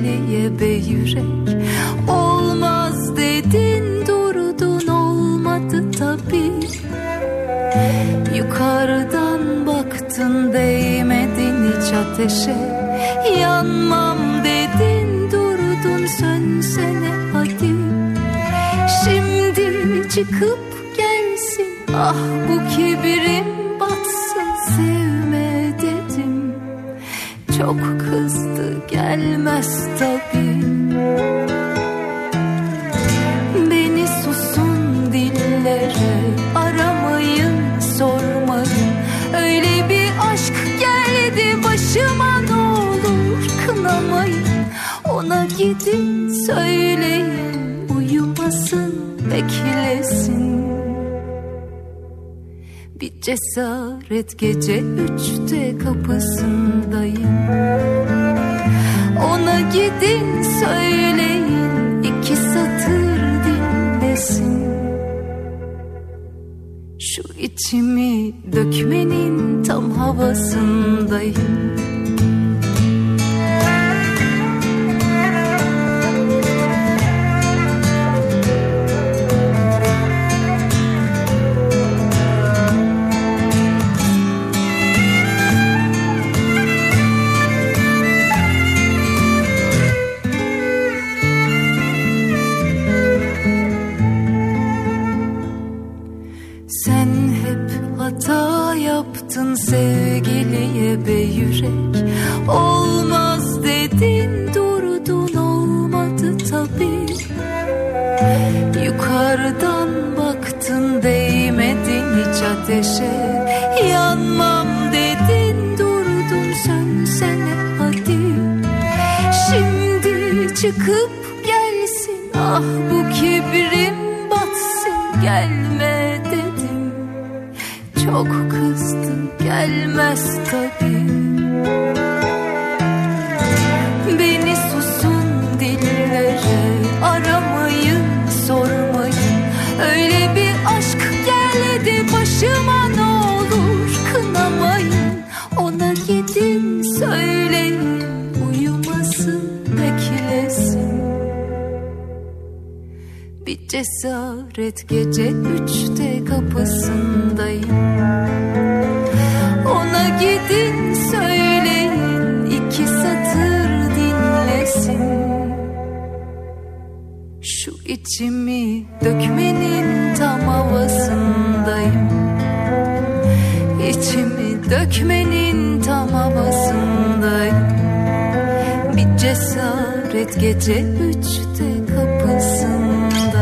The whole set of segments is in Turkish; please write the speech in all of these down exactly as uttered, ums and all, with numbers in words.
sevgiliye be yürek. Olmaz dedin durdun, olmadı tabii. Yukarıdan baktın değmedin hiç ateşe. Yanmam dedin durdun, sönsene hadi. Şimdi çıkıp gelsin, ah bu kibirim batsın. Sevme dedim, çok kızdı, gelmez tabii. Beni susun dillere, aramayın sormayın. Öyle bir aşk geldi başıma, ne olur kınamayın. Ona gidin söyleyin, uyumasın beklesin. Bir cesaret gece üçte kapısındayım. Ona gidin söyleyin, iki satır dinlesin. Şu içimi dökmenin tam havasındayım. Hata yaptın sevgiliye be yürek. Olmaz dedin durdun, olmadı tabii. Yukarıdan baktın değmedin hiç ateşe. Yanmam dedin durdun, sönsene hadi. Şimdi çıkıp gelsin, ah bu kibrim batsın. Gelme dedim, çok kızdım, gelmez tabii. Beni susun dillere, aramayın sormayın. Öyle bir aşk geldi başıma, ne olur kınamayın. Ona gidin söyleyin, uyumasın beklesin. Bir cesaret gece üçte kapısındayım. Ona gidin söyleyin, iki satır dinlesin. Şu içimi dökmenin tam havasındayım. İçimi dökmenin tam havasındayım. Bir cesaret gece üçte kapısındayım.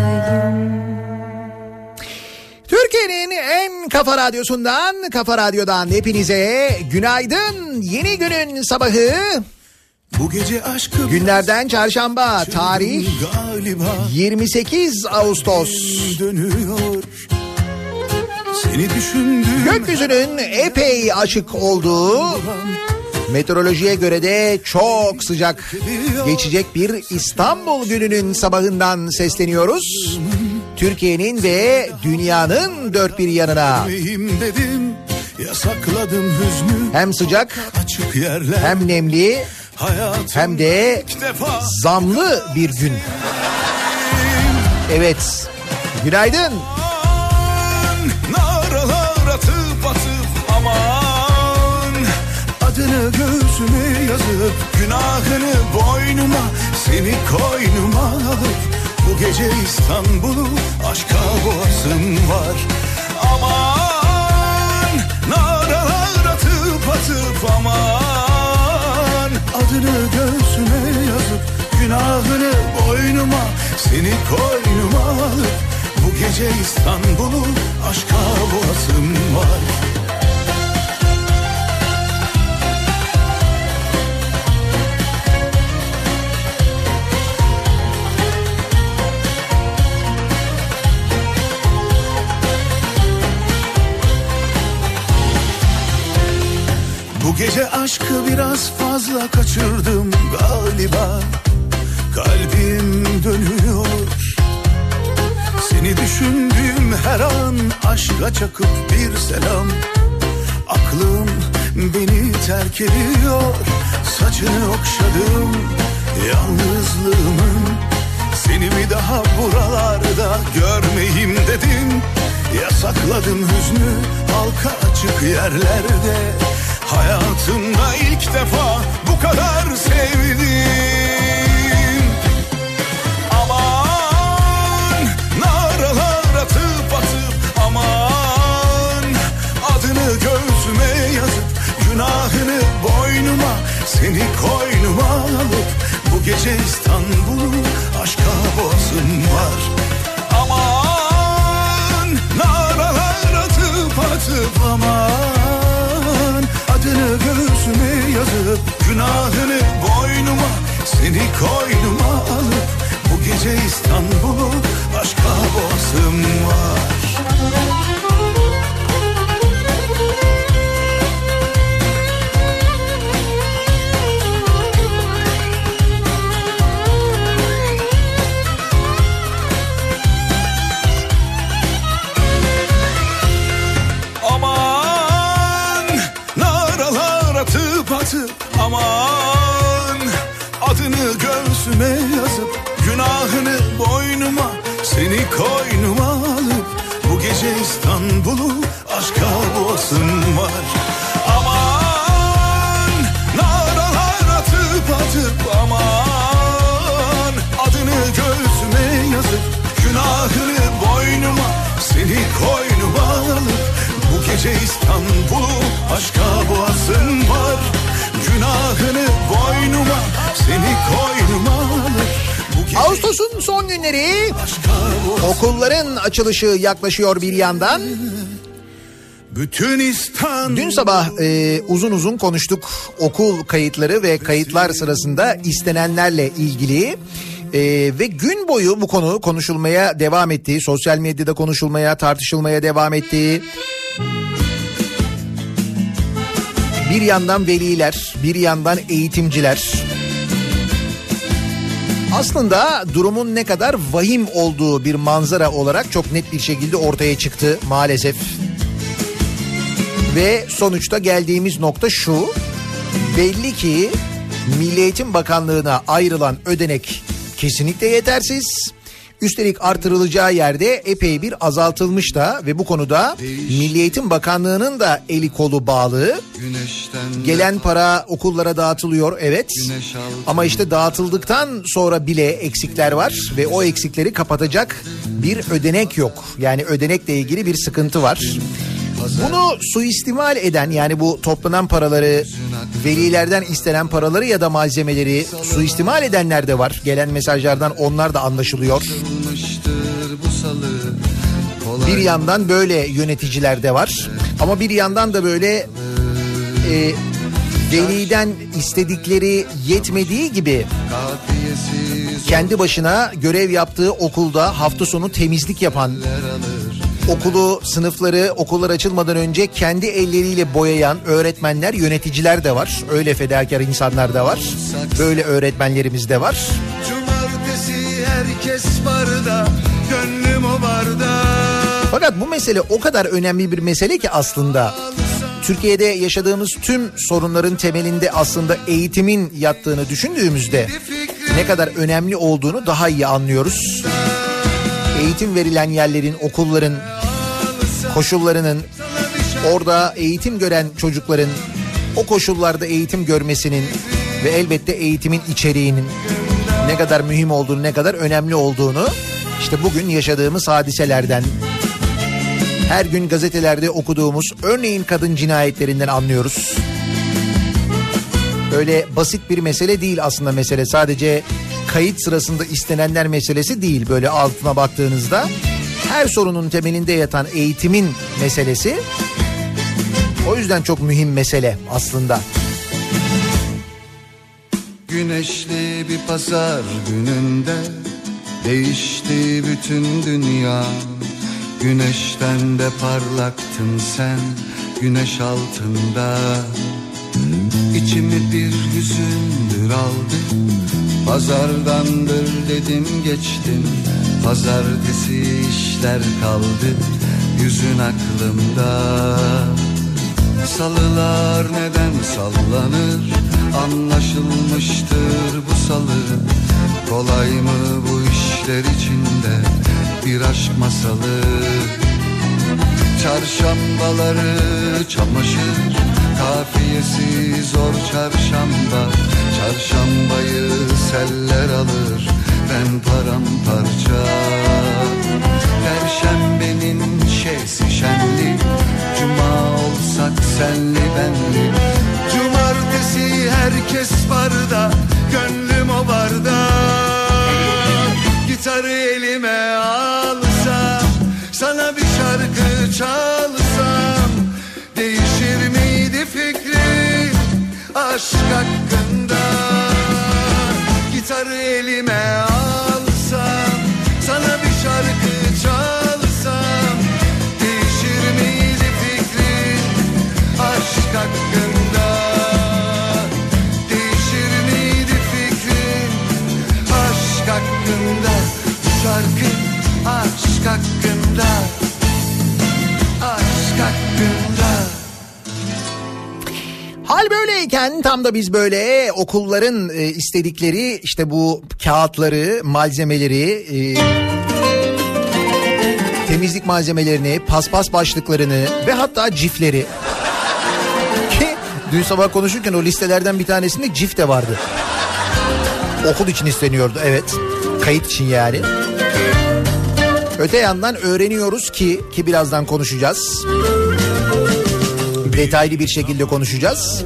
Türkiye'nin en kafa radyosundan, Kafa Radyo'dan hepinize günaydın. Yeni günün sabahı. Bu gece aşkı günlerden çarşamba, tarih yirmi sekiz Ağustos. Dönüyor. Seni düşündüm. Gökyüzünün epey açık olduğu, meteorolojiye göre de çok sıcak geçecek bir İstanbul gününün sabahından sesleniyoruz. Türkiye'nin ve dünyanın dört bir yanına. Hem sıcak, hem nemli, hem de zamlı bir gün. Evet, günaydın. Naralar atıp atıp aman, adını göğsüme yazıp günahını boynuma, seni koynuma alıp bu gece İstanbul'u aşka boğasım var. Aman naralar atıp atıp aman, adını göğsüme yazıp günahını boynuma, seni koynuma alıp bu gece İstanbul'u aşka boğasım var. Bu gece aşkı biraz fazla kaçırdım galiba. Kalbim dönüyor. Seni düşündüğüm her an aşka çakıp bir selam. Aklım beni terk ediyor. Saçını okşadım, yalnızlığımın. Seni bir daha buralarda görmeyeyim dedim. Yasakladım hüznü halka açık yerlerde. Hayatımda ilk defa bu kadar sevdim. Aman naralar atıp atıp, aman adını göğsüme yazıp, günahını boynuma, seni koynuma alıp, bu gece İstanbul'u aşka boğazım var. Aman naralar atıp atıp, aman adını göğsüme yazıp, günahını boynuma, seni koynuma alıp, bu gece İstanbul'u aşka boğazım var. Atıp, aman adını göğsüme yazıp, günahını boynuma, seni koynuma alıp, bu gece İstanbul'u aşka boğazım var. Aman naralar atıp atıp, aman adını göğsüme yazıp, günahını boynuma, seni koynuma alıp, bu gece İstanbul'u aşka boğazım var. Günahını boynuma, seni koynuma alır. Ağustos'un son günleri, okulların açılışı yaklaşıyor bir yandan. Bütün İstanbul. Dün sabah e, uzun uzun konuştuk okul kayıtları ve kayıtlar sırasında istenenlerle ilgili. Ee, ve gün boyu bu konu konuşulmaya devam etti. Sosyal medyada konuşulmaya, tartışılmaya devam etti. Bir yandan veliler, bir yandan eğitimciler. Aslında durumun ne kadar vahim olduğu bir manzara olarak çok net bir şekilde ortaya çıktı maalesef. Ve sonuçta geldiğimiz nokta şu: belli ki Milli Eğitim Bakanlığı'na ayrılan ödenek kesinlikle yetersiz. Üstelik artırılacağı yerde epey bir azaltılmış da ve bu konuda Milli Eğitim Bakanlığı'nın da eli kolu bağlı. Gelen para okullara dağıtılıyor, evet, ama işte dağıtıldıktan sonra bile eksikler var ve o eksikleri kapatacak bir ödenek yok. Yani ödenekle ilgili bir sıkıntı var. Bunu suistimal eden, yani bu toplanan paraları, velilerden istenen paraları ya da malzemeleri suistimal edenler de var. Gelen mesajlardan onlar da anlaşılıyor. Bir yandan böyle yöneticiler de var. Ama bir yandan da böyle e, veliden istedikleri yetmediği gibi kendi başına görev yaptığı okulda hafta sonu temizlik yapan, okulu, sınıfları okullar açılmadan önce kendi elleriyle boyayan öğretmenler, yöneticiler de var. Öyle fedakar insanlar da var. Böyle öğretmenlerimiz de var. Cumartesi herkes barda, gönlüm o barda. Fakat bu mesele o kadar önemli bir mesele ki aslında Türkiye'de yaşadığımız tüm sorunların temelinde aslında eğitimin yattığını düşündüğümüzde ne kadar önemli olduğunu daha iyi anlıyoruz. Eğitim verilen yerlerin, okulların koşullarının, orada eğitim gören çocukların o koşullarda eğitim görmesinin ve elbette eğitimin içeriğinin ne kadar mühim olduğunu, ne kadar önemli olduğunu işte bugün yaşadığımız hadiselerden, her gün gazetelerde okuduğumuz örneğin kadın cinayetlerinden anlıyoruz. Öyle basit bir mesele değil aslında mesele. Sadece kayıt sırasında istenenler meselesi değil. Böyle altına baktığınızda her sorunun temelinde yatan eğitimin meselesi. O yüzden çok mühim mesele aslında. Güneşli bir pazar gününde değişti bütün dünya. Güneşten de parlaktın sen, güneş altında. İçimi bir hüzündür aldı, pazardandır dedim geçtim. Pazartesi işler kaldı, yüzün aklımda. Salılar neden sallanır, anlaşılmıştır bu salı. Kolay mı bu işler içinde bir aşk masalı? Çarşambaları çamaşır, kafiyesi zor çarşamba. Çarşambayı seller alır, ben paramparça. Perşembenin şeysi şenli, cuma olsak senli benli. Cumartesi herkes barda, gönlüm o barda. Gitarı elime alsam, sana bir şarkı çalsam, değişir miydi fikrin aşk hakkında? Gitarı elime alsam, sana bir şarkı çalsam, değişir miydi fikrin aşk hakkında? Değişir miydi fikrin aşk hakkında? Bu şarkı aşk hakkında, aşk hakkında. Hal böyleyken tam da biz böyle okulların e, istedikleri işte bu kağıtları, malzemeleri, e, temizlik malzemelerini, paspas başlıklarını ve hatta cifleri ki dün sabah konuşurken o listelerden bir tanesinde cif de vardı. Okul için isteniyordu, evet, kayıt için yani. Öte yandan öğreniyoruz ki ki birazdan konuşacağız. Detaylı bir şekilde konuşacağız.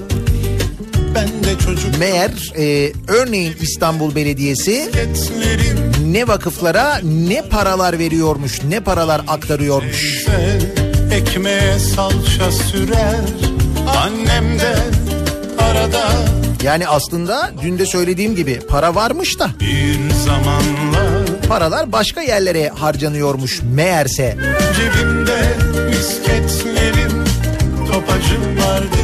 Meğer e, örneğin İstanbul Belediyesi ne vakıflara ne paralar veriyormuş, ne paralar aktarıyormuş. Ekmeğe salça sürer annem de arada. Yani aslında dün de söylediğim gibi para varmış da bir zamanlar paralar başka yerlere harcanıyormuş meğerse. Cebimde misketlerim, topacım vardı.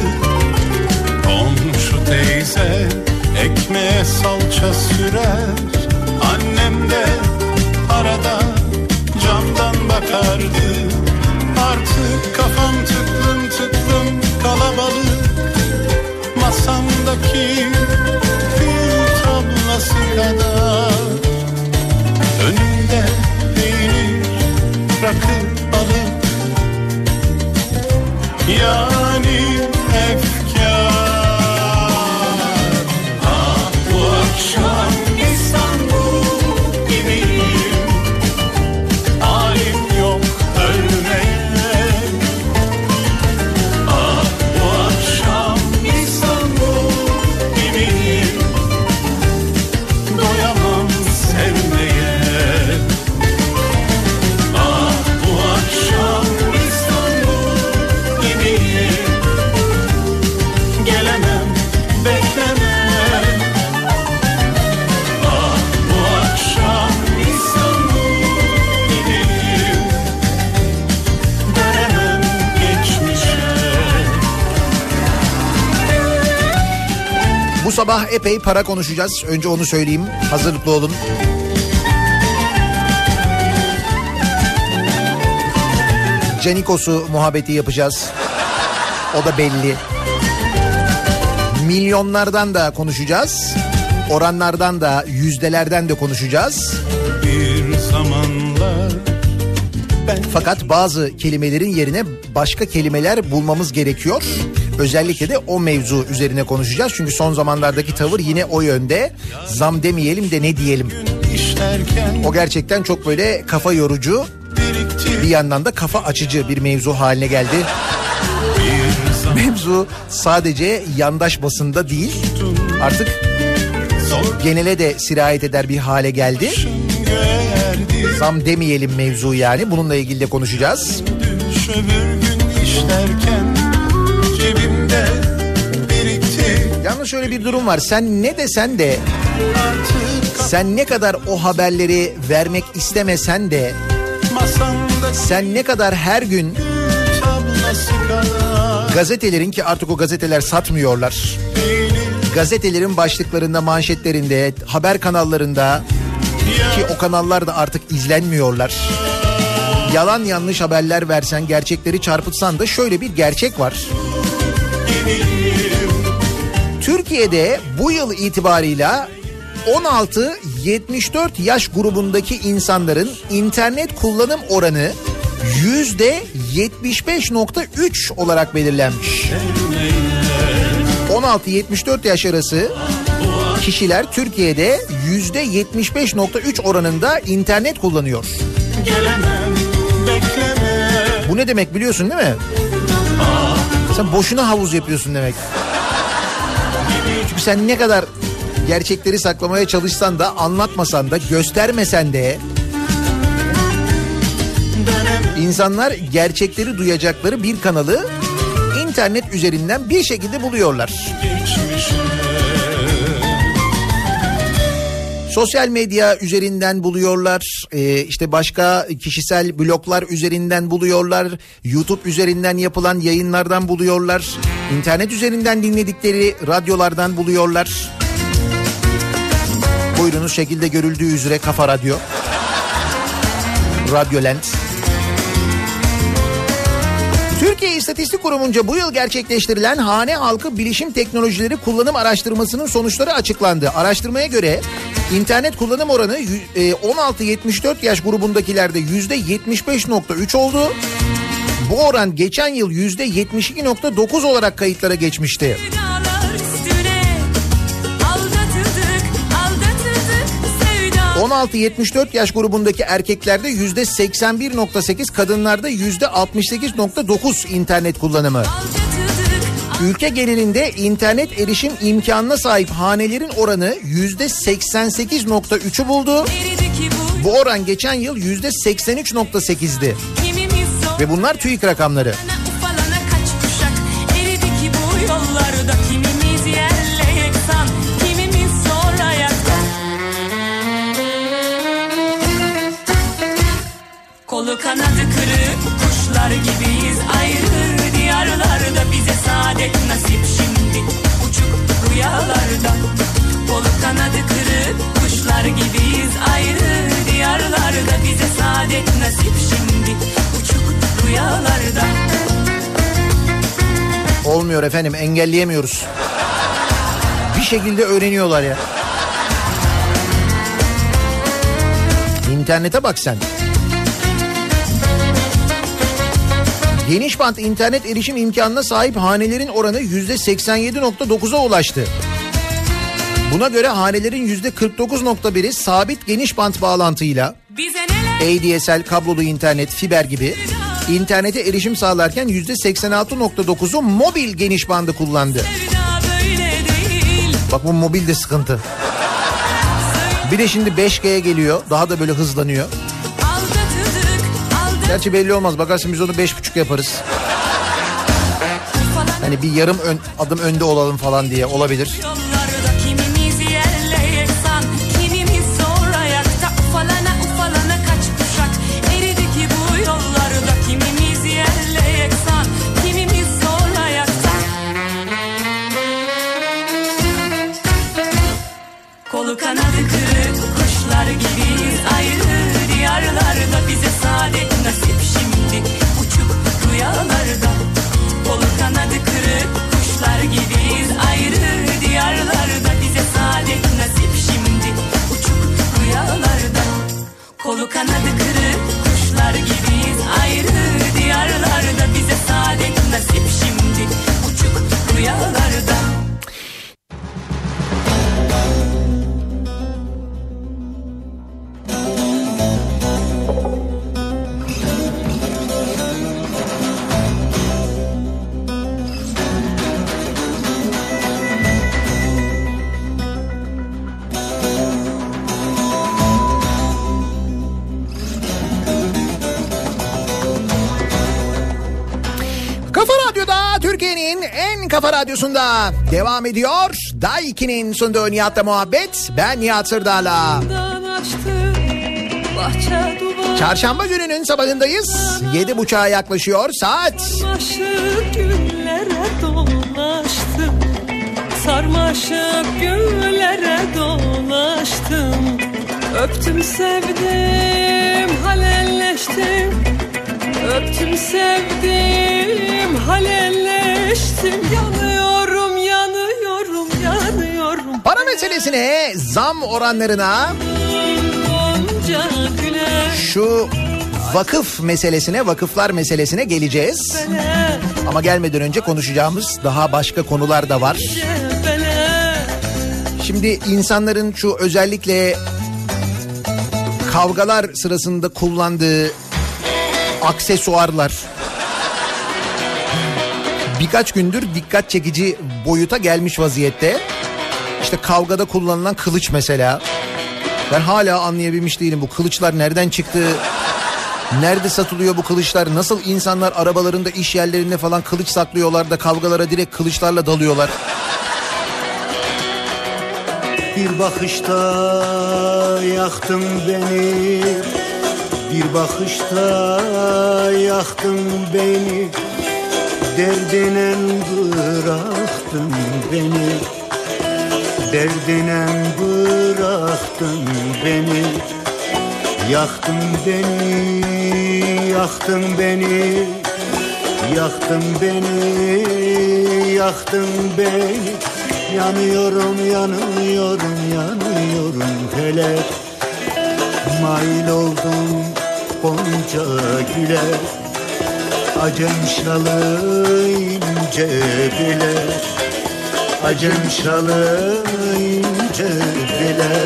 Komşu teyze ekmeğe salça sürer, annem de arada camdan bakardı. Artık kafam tıklım tıklım kalabalık, masamdaki bir tablası kadar. Önümde peynir, rakı, balık, yani efkar. Ah bu akşam İstanbul gibiyim, halim yok ölmeye. Ah bu akşam İstanbul gibiyim, doyamam sevmeye. Ah bu akşam İstanbul gibiyim, gelemem beklemem. Ah bu akşam İstanbul gibiyim, dönemem geçmişe. Bu sabah epey para konuşacağız. Önce onu söyleyeyim. Hazırlıklı olun. Canikos'u muhabbeti yapacağız. O da belli. Milyonlardan da konuşacağız. Oranlardan da, yüzdelerden de konuşacağız. Bir zamanlar ben Fakat bazı kelimelerin yerine başka kelimeler bulmamız gerekiyor. Özellikle de o mevzu üzerine konuşacağız. Çünkü son zamanlardaki tavır yine o yönde. Zam demeyelim de ne diyelim. işlerken O gerçekten çok böyle kafa yorucu, biriktir bir yandan da kafa açıcı bir mevzu haline geldi. bir zaman Mevzu sadece yandaş basında değil, artık zor genele de sirayet eder bir hale geldi. göğerdi. Zam demeyelim mevzu yani. Bununla ilgili de konuşacağız. Düş öbür gün işlerken cebimde birikti. Yalnız şöyle bir durum var. Sen ne desen de, Artık sen ne kadar o haberleri vermek istemesen de, masamda sen ne kadar her gün tablası kadar gazetelerin, ki artık o gazeteler satmıyorlar, peynir gazetelerin başlıklarında, manşetlerinde, haber kanallarında, ki o kanallar da artık izlenmiyorlar, yalan yanlış haberler versen, gerçekleri çarpıtsan da şöyle bir gerçek var. Türkiye'de bu yıl itibarıyla on altı yetmiş dört yaş grubundaki insanların internet kullanım oranı yüzde yetmiş beş nokta üç olarak belirlenmiş. on altı yetmiş dört yaş arası kişiler Türkiye'de yüzde yetmiş beş nokta üç oranında internet kullanıyor. Bu ne demek biliyorsun değil mi? Sen boşuna havuz yapıyorsun demek. Çünkü sen ne kadar gerçekleri saklamaya çalışsan da, anlatmasan da, göstermesen de insanlar gerçekleri duyacakları bir kanalı internet üzerinden bir şekilde buluyorlar. Sosyal medya üzerinden buluyorlar, ee, işte başka kişisel bloglar üzerinden buluyorlar, YouTube üzerinden yapılan yayınlardan buluyorlar, internet üzerinden dinledikleri radyolardan buluyorlar. Buyurunuz, şekilde görüldüğü üzere Kafa Radyo, Radyolent. Türkiye İstatistik Kurumu'nca bu yıl gerçekleştirilen hane halkı bilişim teknolojileri kullanım araştırmasının sonuçları açıklandı. Araştırmaya göre internet kullanım oranı on altı yetmiş dört yaş grubundakilerde yüzde yetmiş beş nokta üç oldu. Bu oran geçen yıl yüzde yetmiş iki nokta dokuz olarak kayıtlara geçmişti. on altı yetmiş dört yaş grubundaki erkeklerde yüzde seksen bir nokta sekiz, kadınlarda yüzde altmış sekiz nokta dokuz internet kullanımı. Ülke genelinde internet erişim imkanına sahip hanelerin oranı yüzde seksen sekiz nokta üçü buldu. Bu oran geçen yıl yüzde seksen üç nokta sekizdi. Ve bunlar TÜİK rakamları. Kolu kanadı kırık kuşlar gibiyiz ayrı diyarlarda, bize saadet nasip şimdi uçuk rüyalarda. Kolu kanadı kırık kuşlar gibiyiz ayrı diyarlarda, bize saadet nasip şimdi uçuk rüyalarda. Olmuyor efendim, engelleyemiyoruz. Bir şekilde öğreniyorlar ya. İnternete bak sen. Geniş bant internet erişim imkanına sahip hanelerin oranı yüzde seksen yedi nokta dokuza ulaştı. Buna göre hanelerin yüzde kırk dokuz nokta biri sabit geniş bant bağlantıyla A D S L, kablolu internet, fiber gibi internete erişim sağlarken yüzde seksen altı nokta dokuzu mobil geniş bandı kullandı. Bak bu mobil de sıkıntı. Bir de şimdi beş G'ye geliyor, daha da böyle hızlanıyor. Gerçi belli olmaz. Bakarsın biz onu beş buçuk yaparız. Hani bir yarım ön, adım önde olalım falan diye olabilir. Kolu kanadı kırık kuşlar gibiyiz ayrı diyarlarda, bize saadet nasip şimdi uçuk rüyalarda. Kolu kanadı kırık kuşlar gibiyiz ayrı diyarlarda, bize saadet nasip şimdi uçuk rüyalarda. Kolu kanadı kırık kuşlar gibiyiz ayrı diyarlarda, bize saadet nasip şimdi uçuk rüyalarda. Türkiye'nin en kafa radyosunda devam ediyor. Daiki'nin sunduğu Nihat'la muhabbet. Ben Nihat Sırdağ'la. Çarşamba gününün sabahındayız. Yedi buçuğa yaklaşıyor saat. Sarmaşık güllere dolaştım. Sarmaşık güllere dolaştım. Öptüm sevdim halelleştim. Öptüm sevdim halelleştim. Yanıyorum yanıyorum yanıyorum. Parametre meselesine, zam oranlarına, şu vakıf meselesine, vakıflar meselesine geleceğiz. Ama gelmeden önce konuşacağımız daha başka konular da var. Şimdi insanların şu özellikle kavgalar sırasında kullandığı aksesuarlar birkaç gündür dikkat çekici boyuta gelmiş vaziyette. İşte kavgada kullanılan kılıç mesela. Ben hala anlayabilmiş değilim, bu kılıçlar nereden çıktı? Nerede satılıyor bu kılıçlar? Nasıl insanlar arabalarında, iş yerlerinde falan kılıç saklıyorlar da kavgalara direkt kılıçlarla dalıyorlar? Bir bakışta yaktın beni, bir bakışta yaktın beni, derdine bıraktın beni, derdine bıraktın beni, yaktın beni, yaktın beni, yaktın beni, yaktın beni. Yanıyorum, yanıyorum, yanıyorum felek. Mail oldum gonca güle, acem şalı ince bile, acem şalı ince bile.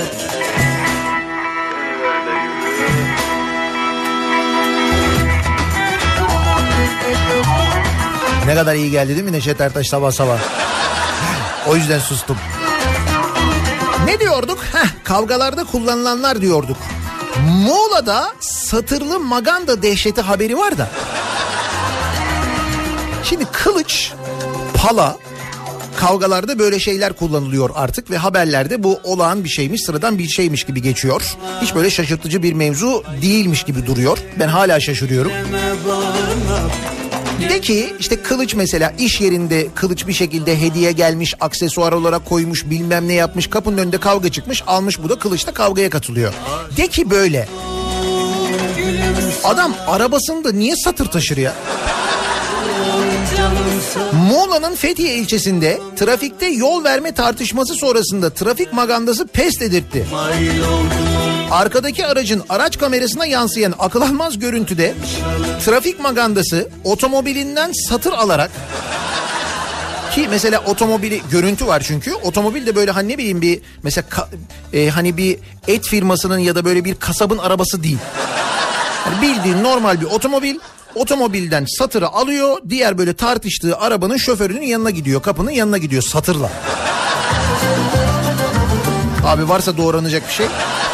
Ne kadar iyi geldi değil mi Neşet Ertaş sabah sabah? O yüzden sustum. Ne diyorduk? Heh, kavgalarda kullanılanlar diyorduk. Muğla'da satırlı maganda dehşeti haberi var da. Şimdi kılıç, pala, kavgalarda böyle şeyler kullanılıyor artık ve haberlerde bu olağan bir şeymiş, sıradan bir şeymiş gibi geçiyor. Hiç böyle şaşırtıcı bir mevzu değilmiş gibi duruyor. Ben hala şaşırıyorum. De ki işte kılıç mesela, iş yerinde kılıç bir şekilde hediye gelmiş, aksesuar olarak koymuş, bilmem ne yapmış, kapının önünde kavga çıkmış, almış bu da kılıçla kavgaya katılıyor. De ki böyle. Adam arabasında niye satır taşır ya? Muğla'nın Fethiye ilçesinde trafikte yol verme tartışması sonrasında trafik magandası pes dedirtti. Arkadaki aracın araç kamerasına yansıyan akıl almaz görüntüde trafik magandası otomobilinden satır alarak, ki mesela otomobili görüntü var çünkü otomobil de böyle hani ne bileyim bir mesela ka, e, hani bir et firmasının ya da böyle bir kasabın arabası değil. Yani bildiğin normal bir otomobil. Otomobilden satırı alıyor, diğer böyle tartıştığı arabanın şoförünün yanına gidiyor, kapının yanına gidiyor satırla. Abi varsa doğranacak bir şey.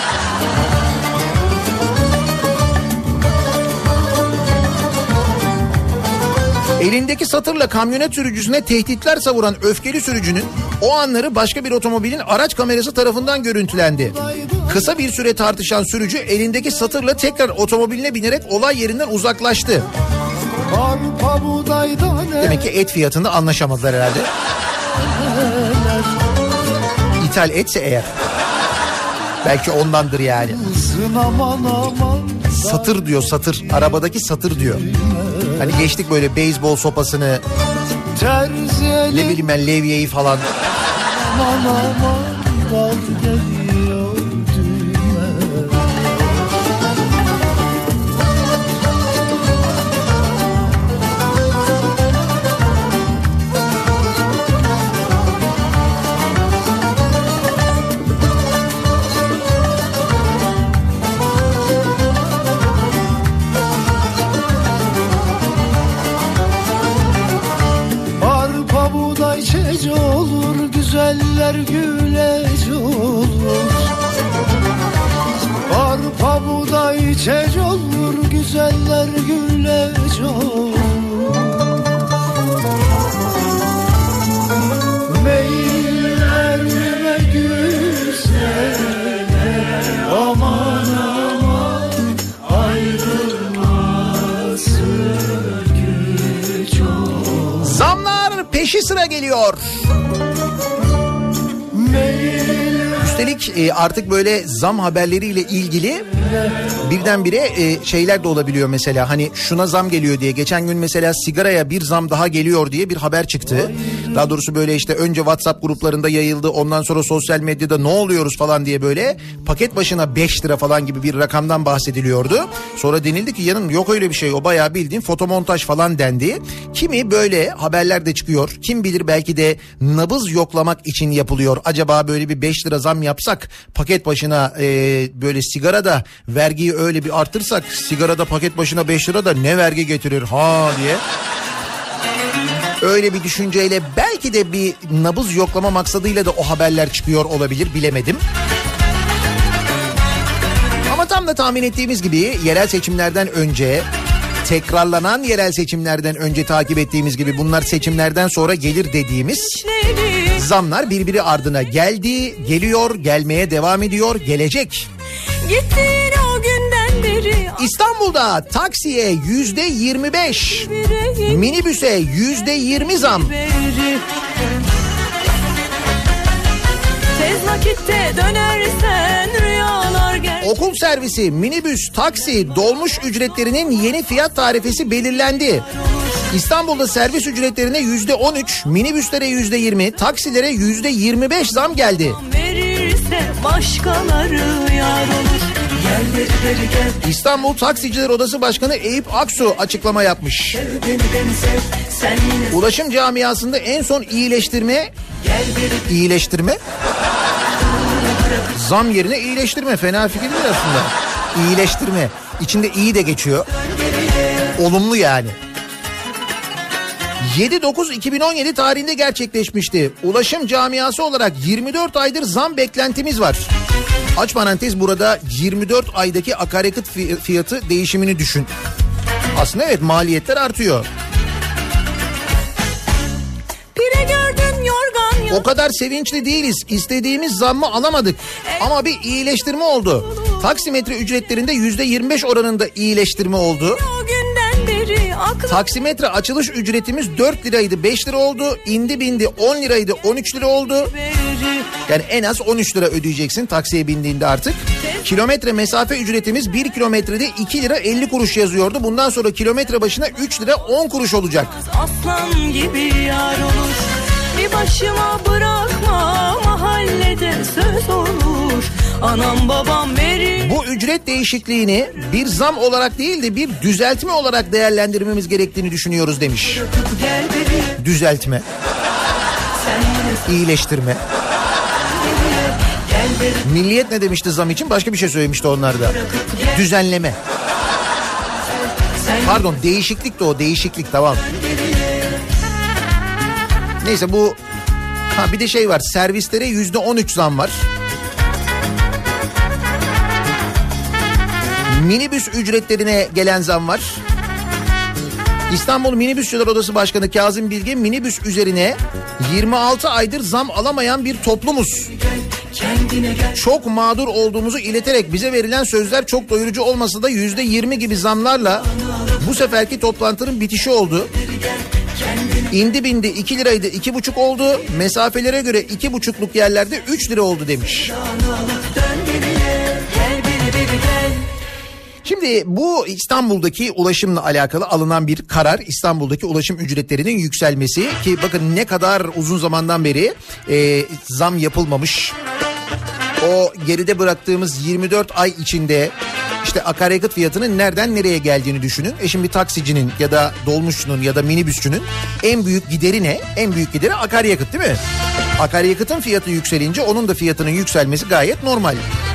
Elindeki satırla kamyonet sürücüsüne tehditler savuran öfkeli sürücünün o anları başka bir otomobilin araç kamerası tarafından görüntülendi. Kısa bir süre tartışan sürücü elindeki satırla tekrar otomobiline binerek olay yerinden uzaklaştı. Demek ki et fiyatında anlaşamadılar herhalde. İthal etse eğer. Belki ondandır yani. Satır diyor, satır. Arabadaki satır diyor. Hani geçtik böyle beyzbol sopasını, ne bileyim ben levyeyi falan. Güzeller gülec olur, arpa buğday çec olur, güzeller gülec olur. Meyillerime güzeller, aman aman ayrılması güç olur. Zamlar peşi sıra geliyor. Üstelik artık böyle zam haberleriyle ilgili birdenbire şeyler de olabiliyor mesela. Hani şuna zam geliyor diye. Geçen gün mesela sigaraya bir zam daha geliyor diye bir haber çıktı. Daha doğrusu böyle işte önce WhatsApp gruplarında yayıldı. Ondan sonra sosyal medyada ne oluyoruz falan diye böyle paket başına beş lira falan gibi bir rakamdan bahsediliyordu. Sonra denildi ki yanım yok öyle bir şey, o bayağı bildiğin fotomontaj falan dendi. Kimi böyle haberler de çıkıyor. Kim bilir belki de nabız yoklamak için yapılıyor. Acaba böyle bir beş lira zam yapsak paket başına e, böyle sigara da vergiyi öyle bir artırsak, sigarada paket başına beş lira da ne vergi getirir ha diye. Öyle bir düşünceyle belki de bir nabız yoklama maksadıyla da o haberler çıkıyor olabilir, bilemedim. Ama tam da tahmin ettiğimiz gibi yerel seçimlerden önce, tekrarlanan yerel seçimlerden önce takip ettiğimiz gibi bunlar seçimlerden sonra gelir dediğimiz zamlar birbiri ardına geldi, geliyor, gelmeye devam ediyor, gelecek. Gittin o günden beri. İstanbul'da taksiye yüzde yirmi beş, minibüse yüzde yirmi zam. Tez vakitte dönersen rüyalar gel. Okul servisi, minibüs, taksi, dolmuş ücretlerinin yeni fiyat tarifesi belirlendi. İstanbul'da servis ücretlerine yüzde on üç, minibüslere yüzde yirmi, taksilere yüzde yirmi beş zam geldi. Verirse başkaları yar olur. Gel beri beri gel. İstanbul Taksiciler Odası Başkanı Eyüp Aksu açıklama yapmış. Gel beni beni sev. Sen yine Ulaşım camiasında en son iyileştirme, iyileştirme, zam yerine iyileştirme fena fikir değil aslında. İyileştirme, içinde iyi de geçiyor. Olumlu yani. yedi dokuz iki bin on yedi tarihinde gerçekleşmişti. Ulaşım camiası olarak yirmi dört aydır zam beklentimiz var. Aç parantez, burada yirmi dört aydaki akaryakıt fiyatı değişimini düşün. Aslında evet, maliyetler artıyor. pire gördün yorgan ya. O kadar sevinçli değiliz. İstediğimiz zammı alamadık. Ama bir iyileştirme oldu. Taksimetre ücretlerinde yüzde yirmi beş oranında iyileştirme oldu. O günden beri aklı. Taksimetre açılış ücretimiz dört liraydı, beş lira oldu. İndi bindi on liraydı, on üç lira oldu. Yani en az on üç lira ödeyeceksin taksiye bindiğinde artık. Kilometre mesafe ücretimiz bir kilometrede iki lira elli kuruş yazıyordu. Bundan sonra kilometre başına üç lira on kuruş olacak. Aslan gibi yar olur. Bir başıma bırakma, mahallede söz olur. Anam babam verir. Bu ücret değişikliğini bir zam olarak değil de bir düzeltme olarak değerlendirmemiz gerektiğini düşünüyoruz demiş. Gel beri. Düzeltme, iyileştirme. Milliyet ne demişti zam için? Başka bir şey söylemişti onlar da. Düzenleme. Pardon, değişiklik de o, değişiklik, tamam. Neyse bu, ha bir de şey var, servislere yüzde on üç zam var. Minibüs ücretlerine gelen zam var. İstanbul Minibüsçüler Odası Başkanı Kazım Bilge, minibüs üzerine yirmi altı aydır zam alamayan bir toplumuz. Çok mağdur olduğumuzu ileterek bize verilen sözler çok doyurucu olmasa da yüzde yirmi gibi zamlarla bu seferki toplantının bitişi oldu. İndi bindi iki liraydı, iki buçuk oldu. Mesafelere göre iki buçukluk yerlerde üç lira oldu demiş. Şimdi bu İstanbul'daki ulaşımla alakalı alınan bir karar. İstanbul'daki ulaşım ücretlerinin yükselmesi, ki bakın ne kadar uzun zamandan beri e, zam yapılmamış. O geride bıraktığımız yirmi dört ay içinde işte akaryakıt fiyatının nereden nereye geldiğini düşünün. E şimdi taksicinin ya da dolmuşçunun ya da minibüsçünün en büyük gideri ne? En büyük gideri akaryakıt, değil mi? Akaryakıtın fiyatı yükselince onun da fiyatının yükselmesi gayet normal.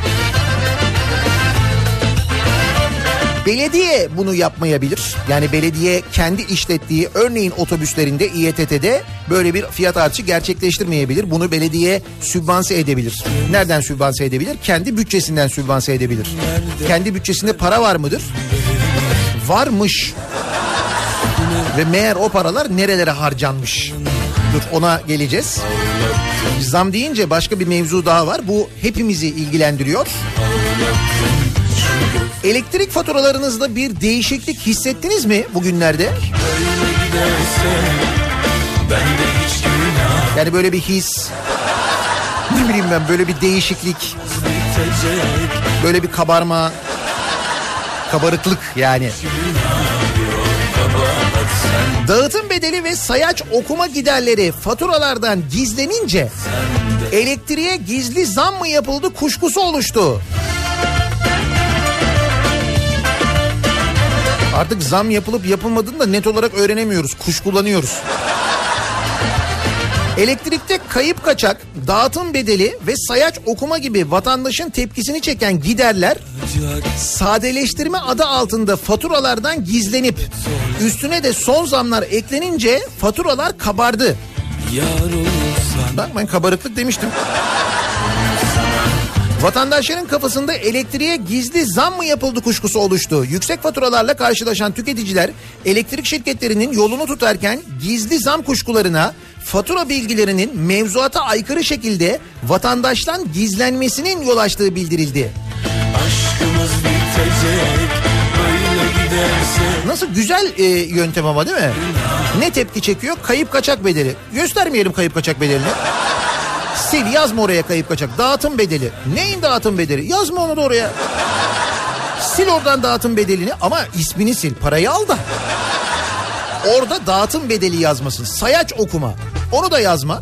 Belediye bunu yapmayabilir. Yani belediye kendi işlettiği örneğin otobüslerinde, İ E T T'de böyle bir fiyat artışı gerçekleştirmeyebilir. Bunu belediye sübvanse edebilir. Nereden sübvanse edebilir? Kendi bütçesinden sübvanse edebilir. Kendi bütçesinde para var mıdır? Varmış. Ve meğer o paralar nerelere harcanmış? Dur, ona geleceğiz. Zam deyince başka bir mevzu daha var. Bu hepimizi ilgilendiriyor. Elektrik faturalarınızda bir değişiklik hissettiniz mi bugünlerde? Yani böyle bir his, ne bileyim ben, böyle bir değişiklik, böyle bir kabarma, kabarıklık yani. Dağıtım bedeli ve sayaç okuma giderleri faturalardan gizlenince elektriğe gizli zam mı yapıldı kuşkusu oluştu. Artık zam yapılıp yapılmadığını da net olarak öğrenemiyoruz, kuşkulanıyoruz. Elektrikte kayıp kaçak, dağıtım bedeli ve sayaç okuma gibi vatandaşın tepkisini çeken giderler sadeleştirme adı altında faturalardan gizlenip üstüne de son zamlar eklenince faturalar kabardı. Bak ben kabarıklık demiştim. Vatandaşların kafasında elektriğe gizli zam mı yapıldı kuşkusu oluştu. Yüksek faturalarla karşılaşan tüketiciler elektrik şirketlerinin yolunu tutarken gizli zam kuşkularına fatura bilgilerinin mevzuata aykırı şekilde vatandaştan gizlenmesinin yol açtığı bildirildi. Aşkımız bitecek, böyle giderse. Nasıl güzel e, yöntem ama değil mi? Ne tepki çekiyor? Kayıp kaçak bedeli. Göstermeyelim kayıp kaçak bedelini. Sil, yazma oraya kayıp kaçak. Dağıtım bedeli. Neyin dağıtım bedeli? Yazma onu da oraya. Sil oradan dağıtım bedelini ama ismini sil. Parayı al da. Orada dağıtım bedeli yazmasın. Sayaç okuma. Onu da yazma.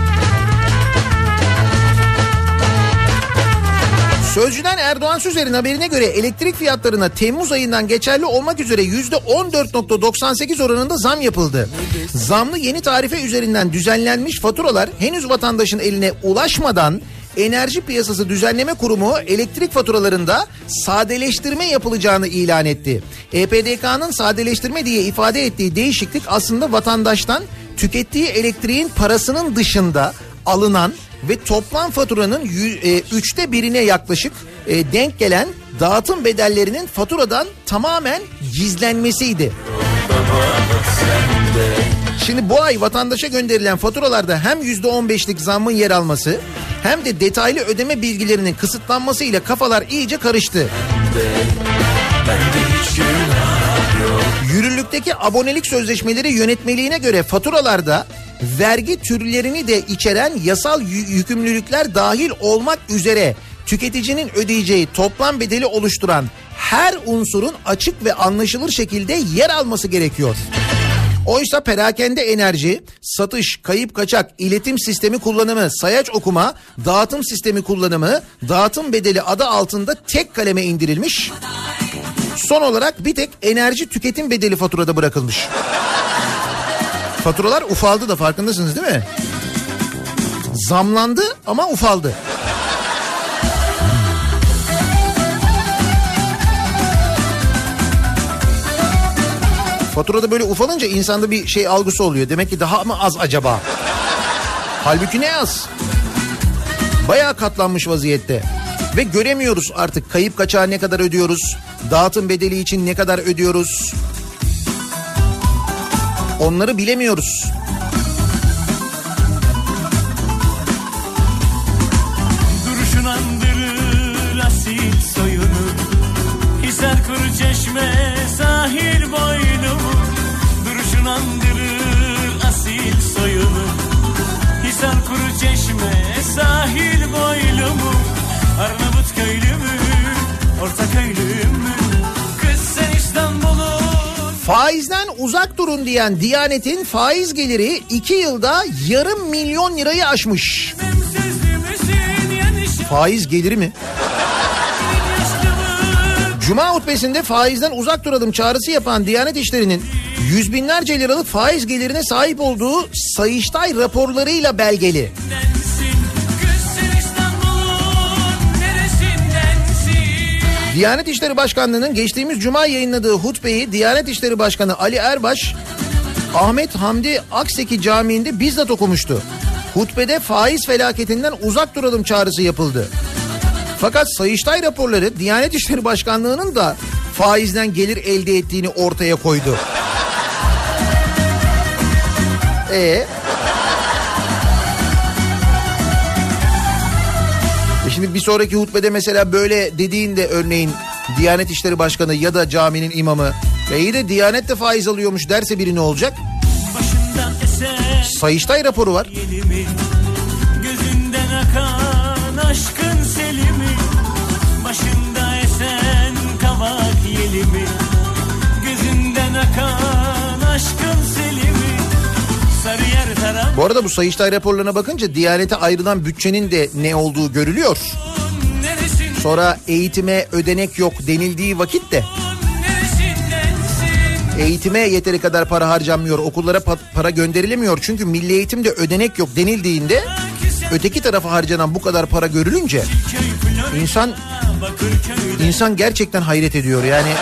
Sözcüden Erdoğan Sözer'in haberine göre elektrik fiyatlarına Temmuz ayından geçerli olmak üzere yüzde on dört virgül doksan sekiz oranında zam yapıldı. Zamlı yeni tarife üzerinden düzenlenmiş faturalar henüz vatandaşın eline ulaşmadan Enerji Piyasası Düzenleme Kurumu elektrik faturalarında sadeleştirme yapılacağını ilan etti. E P D K'nın sadeleştirme diye ifade ettiği değişiklik aslında vatandaştan tükettiği elektriğin parasının dışında alınan ve toplam faturanın üçte birine yaklaşık e, denk gelen dağıtım bedellerinin faturadan tamamen gizlenmesiydi. Şimdi bu ay vatandaşa gönderilen faturalarda hem yüzde on beşlik zammın yer alması hem de detaylı ödeme bilgilerinin kısıtlanmasıyla kafalar iyice karıştı. Yürürlükteki abonelik sözleşmeleri yönetmeliğine göre faturalarda vergi türlerini de içeren yasal yükümlülükler dahil olmak üzere tüketicinin ödeyeceği toplam bedeli oluşturan her unsurun açık ve anlaşılır şekilde yer alması gerekiyor. Oysa perakende enerji, satış, kayıp kaçak, iletim sistemi kullanımı, sayaç okuma, dağıtım sistemi kullanımı, dağıtım bedeli adı altında tek kaleme indirilmiş. Son olarak bir tek enerji tüketim bedeli faturada bırakılmış. Faturalar ufaldı da farkındasınız değil mi? Zamlandı ama ufaldı. Faturada böyle ufalınca insanda bir şey algısı oluyor. Demek ki daha mı az acaba? Halbuki ne az? Bayağı katlanmış vaziyette. Ve göremiyoruz artık kayıp kaçağı ne kadar ödüyoruz? Dağıtım bedeli için ne kadar ödüyoruz? Onları bilemiyoruz. Duruşun andırır asil soyunu, Hisar kuru çeşme sahil boynumu. Duruşun andırır asil soyunu, Hisar kuru çeşme sahil boynumu. Arnavut köylü mü, orta köylü mü? Kız sen İstanbul'u. Faizden uzak durun diyen Diyanet'in faiz geliri iki yılda yarım milyon lirayı aşmış. Faiz geliri mi? Cuma hutbesinde faizden uzak duralım çağrısı yapan Diyanet İşleri'nin yüz binlerce liralık faiz gelirine sahip olduğu Sayıştay raporlarıyla belgeli. Diyanet İşleri Başkanlığı'nın geçtiğimiz Cuma yayınladığı hutbeyi Diyanet İşleri Başkanı Ali Erbaş, Ahmet Hamdi Akseki Camii'nde bizzat okumuştu. Hutbede faiz felaketinden uzak duralım çağrısı yapıldı. Fakat Sayıştay raporları Diyanet İşleri Başkanlığı'nın da faizden gelir elde ettiğini ortaya koydu. Ee? Şimdi bir sonraki hutbede mesela böyle dediğinde örneğin Diyanet İşleri Başkanı ya da caminin imamı ve iyi de Diyanet de faiz alıyormuş derse biri ne olacak? Sayıştay raporu var. Yelimi, gözünden akan aşkın selimi, başında esen kavak yelimi, gözünden akan Bu arada bu Sayıştay raporlarına bakınca Diyanet'e ayrılan bütçenin de ne olduğu görülüyor. Sonra eğitime ödenek yok denildiği vakit de eğitime yeteri kadar para harcanmıyor, okullara pa- para gönderilemiyor. Çünkü milli eğitimde ödenek yok denildiğinde öteki tarafa harcanan bu kadar para görülünce insan insan gerçekten hayret ediyor yani.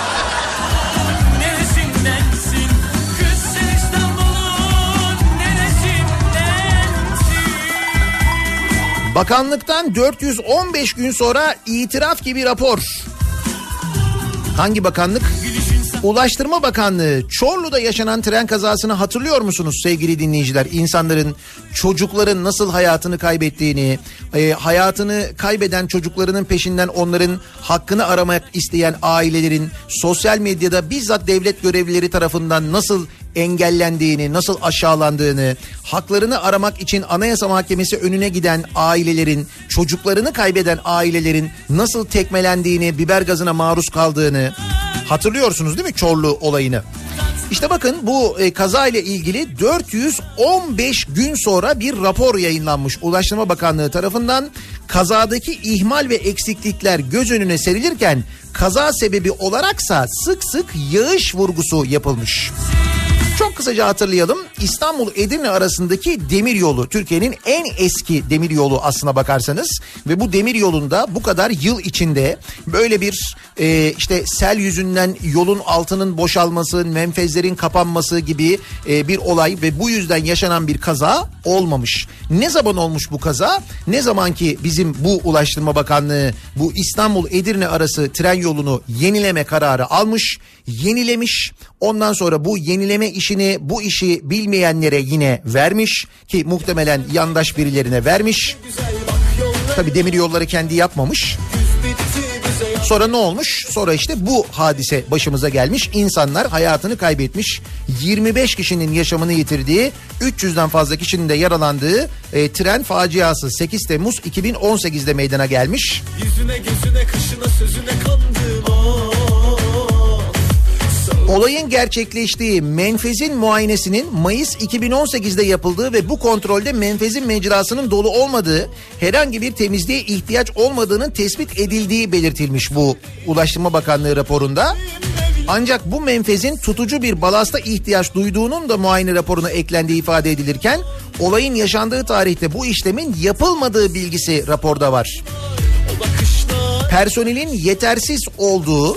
Bakanlıktan dört yüz on beş gün sonra itiraf gibi rapor. Hangi bakanlık? Ulaştırma Bakanlığı. Çorlu'da yaşanan tren kazasını hatırlıyor musunuz sevgili dinleyiciler? İnsanların, çocukların nasıl hayatını kaybettiğini, e, hayatını kaybeden çocuklarının peşinden onların hakkını aramak isteyen ailelerin sosyal medyada bizzat devlet görevlileri tarafından nasıl engellendiğini, nasıl aşağılandığını, haklarını aramak için Anayasa Mahkemesi önüne giden ailelerin, çocuklarını kaybeden ailelerin nasıl tekmelendiğini, biber gazına maruz kaldığını hatırlıyorsunuz değil mi Çorlu olayını? İşte bakın bu e, kaza ile ilgili dört yüz on beş gün sonra bir rapor yayınlanmış Ulaştırma Bakanlığı tarafından. Kazadaki ihmal ve eksiklikler göz önüne serilirken kaza sebebi olaraksa sık sık yağış vurgusu yapılmış. Çok kısaca hatırlayalım. İstanbul-Edirne arasındaki demiryolu Türkiye'nin en eski demiryolu aslına bakarsanız ve bu demiryolunda bu kadar yıl içinde böyle bir e, işte sel yüzünden yolun altının boşalması, menfezlerin kapanması gibi e, bir olay ve bu yüzden yaşanan bir kaza olmamış. Ne zaman olmuş bu kaza? Ne zaman ki bizim bu Ulaştırma Bakanlığı bu İstanbul-Edirne arası tren yolunu yenileme kararı almış, yenilemiş. Ondan sonra bu yenileme işini, bu işi bilmeyenlere yine vermiş ki muhtemelen yandaş birilerine vermiş. Tabii demir yolları kendi yapmamış. Sonra ne olmuş? Sonra işte bu hadise başımıza gelmiş. İnsanlar hayatını kaybetmiş. yirmi beş kişinin yaşamını yitirdiği, üç yüzden fazla kişinin de yaralandığı e, tren faciası sekiz Temmuz iki bin on sekizde meydana gelmiş. Yüzüne gözüne kışına sözüne kandım o. Olayın gerçekleştiği menfezin muayenesinin Mayıs iki bin on sekizde yapıldığı ve bu kontrolde menfezin mecrasının dolu olmadığı, herhangi bir temizliğe ihtiyaç olmadığının tespit edildiği belirtilmiş bu Ulaştırma Bakanlığı raporunda. Ancak bu menfezin tutucu bir balasta ihtiyaç duyduğunun da muayene raporuna eklendiği ifade edilirken olayın yaşandığı tarihte bu işlemin yapılmadığı bilgisi raporda var. Personelin yetersiz olduğu,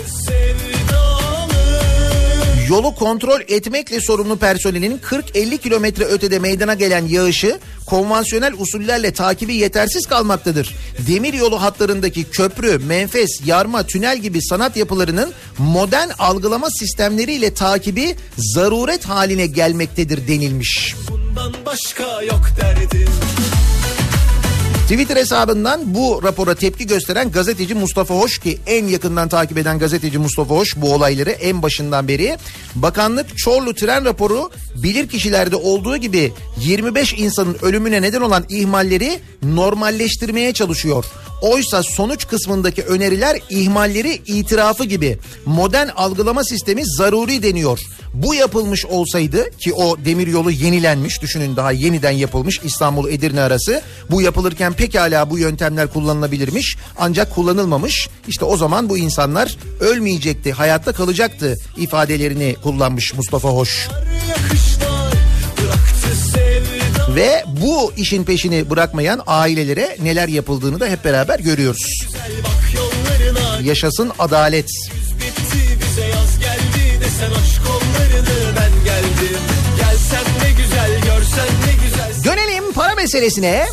yolu kontrol etmekle sorumlu personelin kırk elli kilometre ötede meydana gelen yağışı konvansiyonel usullerle takibi yetersiz kalmaktadır. Demiryolu hatlarındaki köprü, menfez, yarma, tünel gibi sanat yapılarının modern algılama sistemleriyle takibi zaruret haline gelmektedir denilmiş. Bundan başka yok derdim. Twitter hesabından bu rapora tepki gösteren gazeteci Mustafa Hoş, ki en yakından takip eden gazeteci Mustafa Hoş bu olayları en başından beri, bakanlık Çorlu tren raporu bilirkişilerde olduğu gibi yirmi beş insanın ölümüne neden olan ihmalleri normalleştirmeye çalışıyor. Oysa sonuç kısmındaki öneriler ihmalleri itirafı gibi. Modern algılama sistemi zaruri deniyor. Bu yapılmış olsaydı, ki o demiryolu yenilenmiş, düşünün daha yeniden yapılmış İstanbul-Edirne arası. Bu yapılırken pekala bu yöntemler kullanılabilirmiş, ancak kullanılmamış. İşte o zaman bu insanlar ölmeyecekti, hayatta kalacaktı ifadelerini kullanmış Mustafa Hoş. Ve bu işin peşini bırakmayan ailelere neler yapıldığını da hep beraber görüyoruz. Yaşasın adalet. Dönelim para meselesine.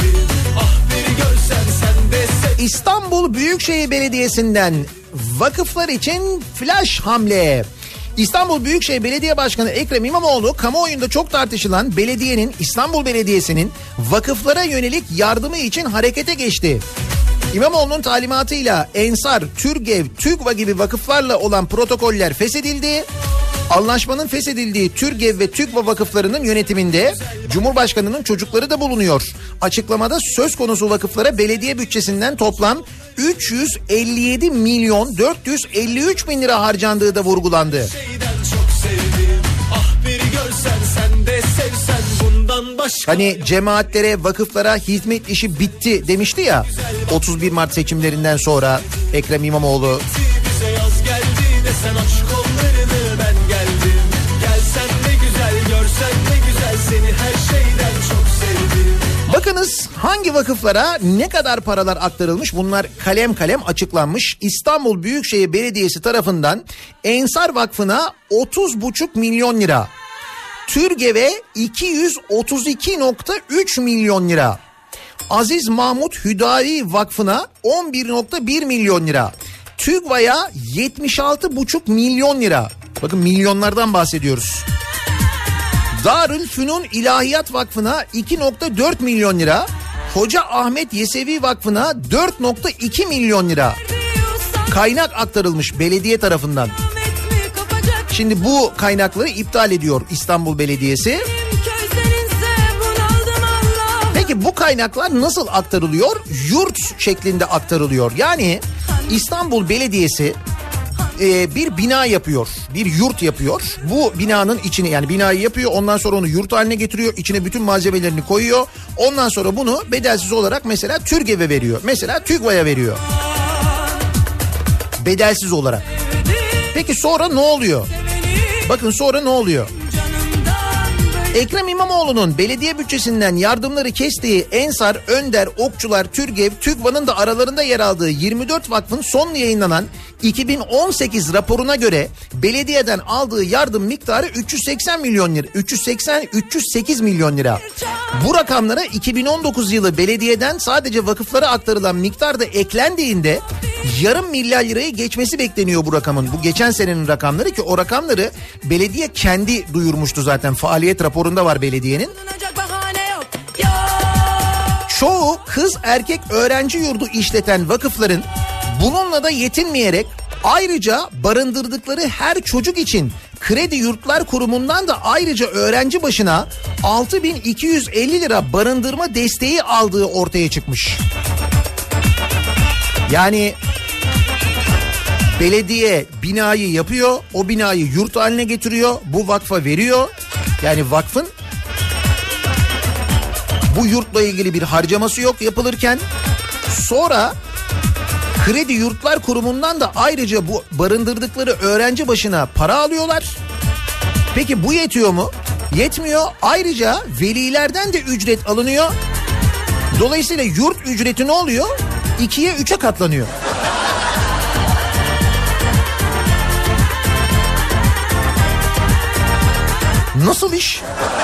İstanbul Büyükşehir Belediyesi'nden vakıflar için flash hamle. İstanbul Büyükşehir Belediye Başkanı Ekrem İmamoğlu kamuoyunda çok tartışılan belediyenin, İstanbul Belediyesi'nin vakıflara yönelik yardımı için harekete geçti. İmamoğlu'nun talimatıyla Ensar, Türgev, TÜGVA gibi vakıflarla olan protokoller feshedildi. Anlaşmanın feshedildiği Türgev ve TÜGVA vakıflarının yönetiminde Cumhurbaşkanı'nın çocukları da bulunuyor. Açıklamada söz konusu vakıflara belediye bütçesinden toplam üç yüz elli yedi milyon dört yüz elli üç bin lira harcandığı da vurgulandı. ondan başka. Hani cemaatlere, vakıflara hizmet işi bitti demişti ya otuz bir Mart seçimlerinden sonra Ekrem İmamoğlu. Bize yaz geldi desen aç kollarını, ben geldim. Gelsen ne güzel, görsen ne güzel, seni her şeyden çok sevdim. Bakınız hangi vakıflara ne kadar paralar aktarılmış, bunlar kalem kalem açıklanmış. İstanbul Büyükşehir Belediyesi tarafından Ensar Vakfı'na otuz buçuk milyon lira. TÜRGEV'e iki yüz otuz iki nokta üç milyon lira. Aziz Mahmut Hüdayi Vakfı'na on bir nokta bir milyon lira. TÜGVA'ya yetmiş altı buçuk milyon lira. Bakın milyonlardan bahsediyoruz. Darülfünun İlahiyat Vakfı'na iki nokta dört milyon lira. Hoca Ahmet Yesevi Vakfı'na dört nokta iki milyon lira. Kaynak aktarılmış belediye tarafından. Şimdi bu kaynakları iptal ediyor İstanbul Belediyesi. Peki bu kaynaklar nasıl aktarılıyor? Yurt şeklinde aktarılıyor. Yani İstanbul Belediyesi e, bir bina yapıyor, bir yurt yapıyor. Bu binanın içine, yani binayı yapıyor, ondan sonra onu yurt haline getiriyor. İçine bütün malzemelerini koyuyor. Ondan sonra bunu bedelsiz olarak mesela TÜRGEV'e veriyor. Mesela TÜGVA'ya veriyor. Bedelsiz olarak. Peki sonra ne oluyor? Bakın sonra ne oluyor? Ekrem İmamoğlu'nun belediye bütçesinden yardımları kestiği Ensar, Önder, Okçular, TÜRGEV, TÜGVA'nın da aralarında yer aldığı yirmi dört vakfın son yayınlanan iki bin on sekiz raporuna göre belediyeden aldığı yardım miktarı üç yüz seksen milyon lira. üç yüz seksen üç yüz sekiz milyon lira. Bu rakamlara iki bin on dokuz yılı belediyeden sadece vakıflara aktarılan miktar da eklendiğinde yarım milyar lirayı geçmesi bekleniyor bu rakamın. Bu geçen senenin rakamları ki o rakamları belediye kendi duyurmuştu zaten. Faaliyet raporunda var belediyenin. Çoğu kız erkek öğrenci yurdu işleten vakıfların bununla da yetinmeyerek ayrıca barındırdıkları her çocuk için Kredi Yurtlar Kurumu'ndan da ayrıca öğrenci başına altı bin iki yüz elli lira barındırma desteği aldığı ortaya çıkmış. Yani belediye binayı yapıyor, o binayı yurt haline getiriyor, bu vakfa veriyor. Yani vakfın bu yurtla ilgili bir harcaması yok yapılırken, sonra Kredi Yurtlar Kurumu'ndan da ayrıca bu barındırdıkları öğrenci başına para alıyorlar. Peki bu yetiyor mu? Yetmiyor. Ayrıca velilerden de ücret alınıyor. Dolayısıyla yurt ücreti ne oluyor? İkiye üçe katlanıyor. Nasıl iş?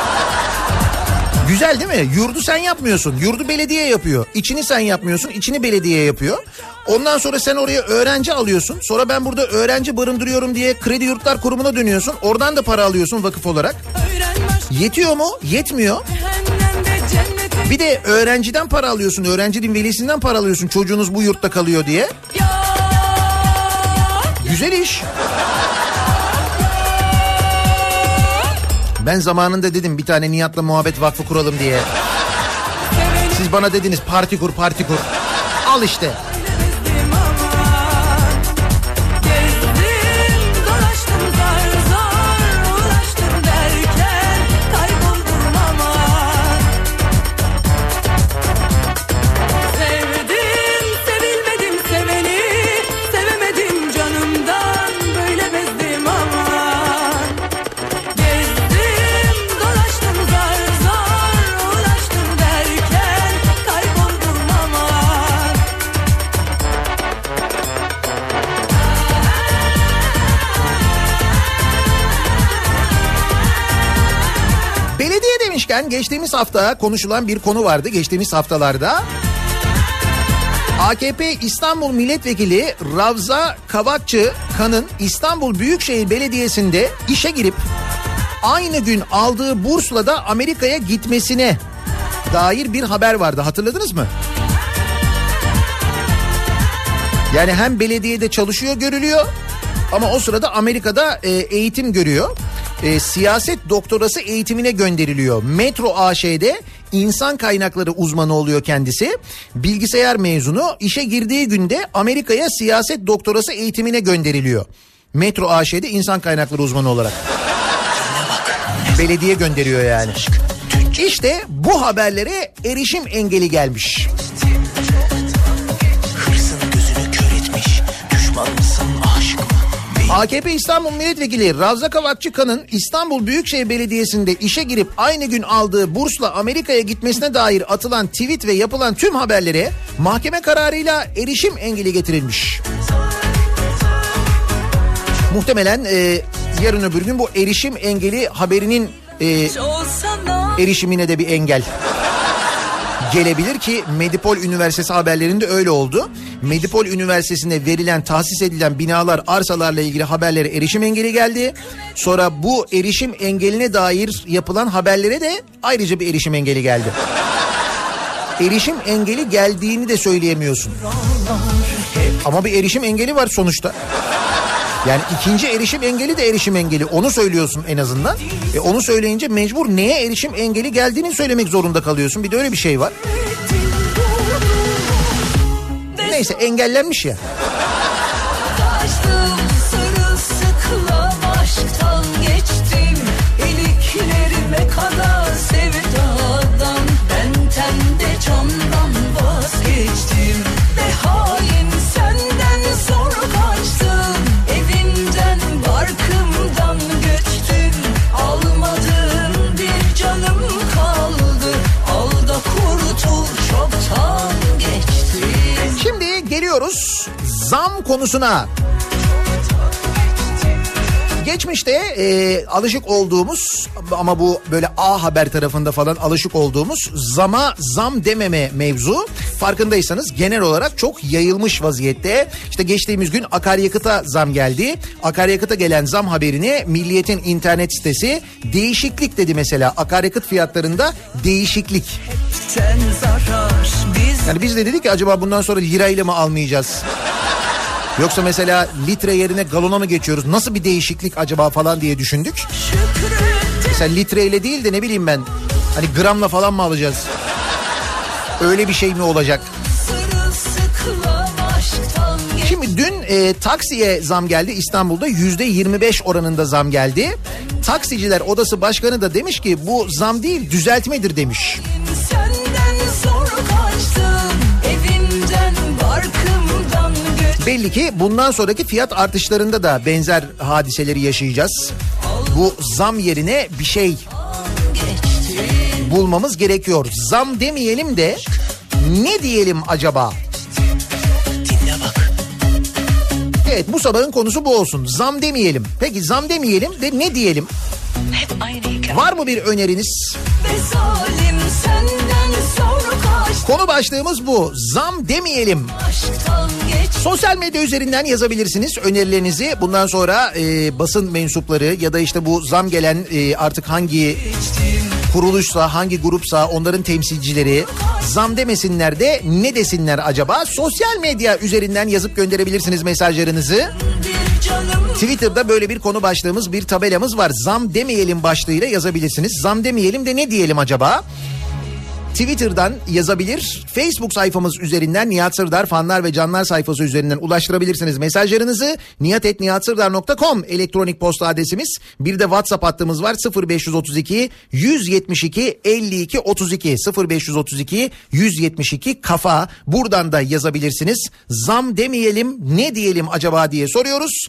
Güzel değil mi? Yurdu sen yapmıyorsun. Yurdu belediye yapıyor. İçini sen yapmıyorsun. İçini belediye yapıyor. Ondan sonra sen oraya öğrenci alıyorsun. Sonra ben burada öğrenci barındırıyorum diye Kredi Yurtlar Kurumu'na dönüyorsun. Oradan da para alıyorsun vakıf olarak. Yetiyor mu? Yetmiyor. Bir de öğrenciden para alıyorsun. Öğrencinin velisinden para alıyorsun. Çocuğunuz bu yurtta kalıyor diye. Güzel iş. Ben zamanında dedim bir tane Nihat'la Muhabbet Vakfı kuralım diye. Siz bana dediniz parti kur parti kur. Al işte. Geçtiğimiz hafta konuşulan bir konu vardı. Geçtiğimiz haftalarda A K P İstanbul Milletvekili Ravza Kavakçı Kan'ın İstanbul Büyükşehir Belediyesi'nde işe girip aynı gün aldığı bursla da Amerika'ya gitmesine dair bir haber vardı. Hatırladınız mı? Yani hem belediyede çalışıyor görülüyor ama o sırada Amerika'da e, eğitim görüyor. E, siyaset doktorası eğitimine gönderiliyor. Metro A Ş'de insan kaynakları uzmanı oluyor kendisi. Bilgisayar mezunu, işe girdiği günde Amerika'ya siyaset doktorası eğitimine gönderiliyor. Metro A Ş'de insan kaynakları uzmanı olarak. Belediye gönderiyor yani. İşte bu haberlere erişim engeli gelmiş. Hırsın gözünü kör etmiş. Düşman mısın aşık mı? A K P İstanbul Milletvekili Ravza Kavakçıkan'ın İstanbul Büyükşehir Belediyesi'nde işe girip aynı gün aldığı bursla Amerika'ya gitmesine dair atılan tweet ve yapılan tüm haberlere mahkeme kararıyla erişim engeli getirilmiş. Muhtemelen e, yarın öbür gün bu erişim engeli haberinin e, erişimine de bir engel gelebilir ki Medipol Üniversitesi haberlerinde öyle oldu. Medipol Üniversitesi'ne verilen, tahsis edilen binalar, arsalarla ilgili haberlere erişim engeli geldi. Sonra bu erişim engeline dair yapılan haberlere de ayrıca bir erişim engeli geldi. Erişim engeli geldiğini de söyleyemiyorsun. Ama bir erişim engeli var sonuçta. Yani ikinci erişim engeli de erişim engeli. Onu söylüyorsun en azından. E onu söyleyince mecbur neye erişim engeli geldiğini söylemek zorunda kalıyorsun. Bir de öyle bir şey var. Neyse engellenmiş ya. Taştım sırılsıklam aşktan geçtim. Eliklerime kadar sevdadan. Ben tende camdan vazgeçtim. Ve hain senden zor kaçtım. Evinden barkımdan göçtüm. Almadığım bir canım kaldı. Al da kurtul çoktan geçtim. Şimdi geliyoruz zam konusuna. Geçmişte e, alışık olduğumuz ama bu böyle A Haber tarafında falan alışık olduğumuz zama zam dememe mevzu farkındaysanız genel olarak çok yayılmış vaziyette. İşte geçtiğimiz gün akaryakıta zam geldi. Akaryakıta gelen zam haberini Milliyet'in internet sitesi değişiklik dedi mesela. Akaryakıt fiyatlarında değişiklik. Yani biz de dedik ki acaba bundan sonra lirayla mı almayacağız? Yoksa mesela litre yerine galona mı geçiyoruz? Nasıl bir değişiklik acaba falan diye düşündük. Mesela litreyle değil de ne bileyim ben hani gramla falan mı alacağız? Öyle bir şey mi olacak? Şimdi dün e, taksiye zam geldi İstanbul'da yüzde yirmi beş oranında zam geldi. Taksiciler Odası Başkanı da demiş ki bu zam değil düzeltmedir demiş. Belli ki bundan sonraki fiyat artışlarında da benzer hadiseleri yaşayacağız. Bu zam yerine bir şey bulmamız gerekiyor. Zam demeyelim de ne diyelim acaba? Evet, bu sabahın konusu bu olsun. Zam demeyelim. Peki zam demeyelim de ne diyelim? Var mı bir öneriniz? Konu başlığımız bu. Zam demeyelim. Sosyal medya üzerinden yazabilirsiniz önerilerinizi. Bundan sonra e, basın mensupları ya da işte bu zam gelen e, artık hangi kuruluşsa, hangi grupsa onların temsilcileri zam demesinler de ne desinler acaba? Sosyal medya üzerinden yazıp gönderebilirsiniz mesajlarınızı. Twitter'da böyle bir konu başlığımız, bir tabelamız var. Zam demeyelim başlığıyla yazabilirsiniz. Zam demeyelim de ne diyelim acaba? Twitter'dan yazabilir, Facebook sayfamız üzerinden Nihat Sırdar fanlar ve canlar sayfası üzerinden ulaştırabilirsiniz mesajlarınızı. nihat et nihat sırdar nokta com elektronik posta adresimiz. Bir de WhatsApp hattımız var sıfır beş otuz iki yüz yetmiş iki elli iki otuz iki sıfır beş otuz iki yüz yetmiş iki kafa. Buradan da yazabilirsiniz. Zam demeyelim ne diyelim acaba diye soruyoruz.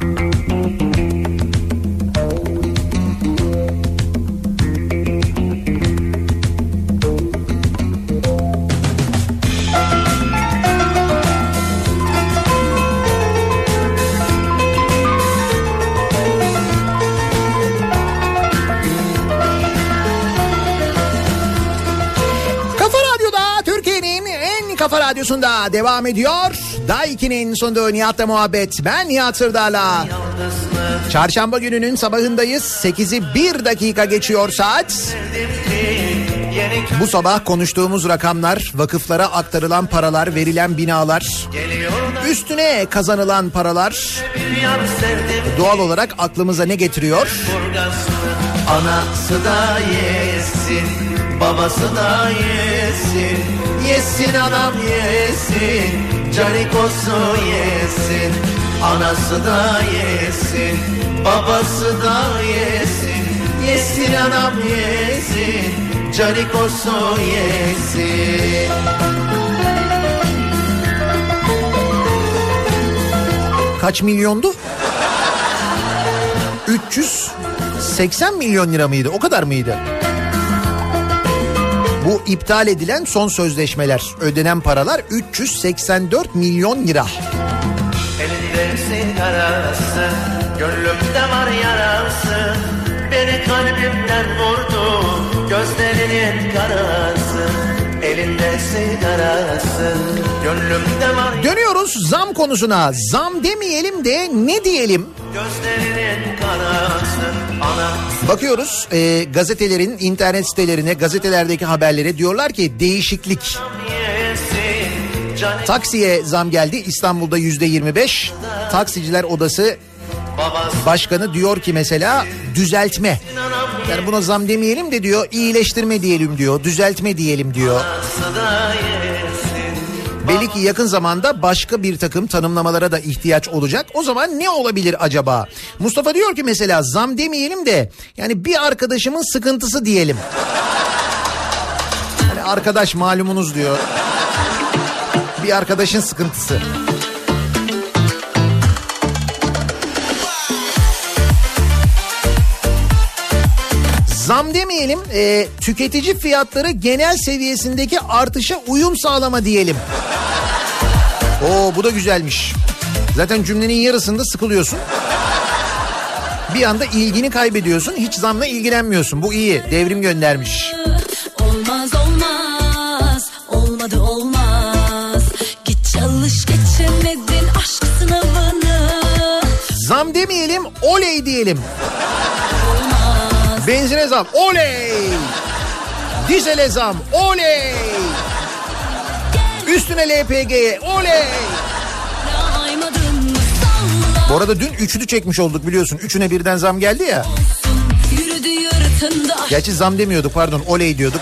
Kafa Radyosu'nda devam ediyor. Daiki'nin sunduğu Nihat'la muhabbet. Ben Nihat Sırdar'la. Çarşamba gününün sabahındayız. sekizi bir dakika geçiyor saat. Bu sabah konuştuğumuz rakamlar, vakıflara aktarılan paralar, verilen binalar, üstüne kazanılan paralar doğal olarak aklımıza ne getiriyor? Anası da yesin, babası da yesin. Yesin anam yesin, canikosu yesin. Anası da yesin, babası da yesin. Yesin anam yesin, Canikosu yesin. Kaç milyondu? üç yüz seksen milyon lira mıydı? O kadar mıydı? Bu iptal edilen son sözleşmeler, ödenen paralar üç yüz seksen dört milyon lira. Elinde sigarası, gönlümde var yarası. Beni kalbimden vurdu, gözlerinin karası. Elinde sigarası, gönlümde var. Dönüyoruz zam konusuna. Zam demeyelim de ne diyelim? Gözlerinin karası. Ana. Bakıyoruz e, gazetelerin internet sitelerine, gazetelerdeki haberlere, diyorlar ki değişiklik. Taksiye zam geldi İstanbul'da yüzde yirmi beş. Taksiciler Odası Başkanı diyor ki mesela düzeltme. Yani buna zam demeyelim de diyor, iyileştirme diyelim diyor, düzeltme diyelim diyor. Belli ki yakın zamanda başka bir takım tanımlamalara da ihtiyaç olacak. O zaman ne olabilir acaba? Mustafa diyor ki mesela zam demeyelim de yani bir arkadaşımın sıkıntısı diyelim. Yani arkadaş malumunuz diyor. Bir arkadaşın sıkıntısı. Zam demeyelim, e, tüketici fiyatları genel seviyesindeki artışa uyum sağlama diyelim. Oo, bu da güzelmiş. Zaten cümlenin yarısında sıkılıyorsun. Bir anda ilgini kaybediyorsun, hiç zamla ilgilenmiyorsun. Bu iyi, Devrim göndermiş. Olmaz olmaz, olmadı olmaz. Git çalış geçemedin aşk sınavını. Zam demeyelim, oley diyelim. Benzine zam, oley! Dizele zam, oley! Üstüne L P G'ye, oley! Bu arada dün üçlü çekmiş olduk biliyorsun. Üçüne birden zam geldi ya. Gerçi zam demiyorduk, pardon, oley diyorduk.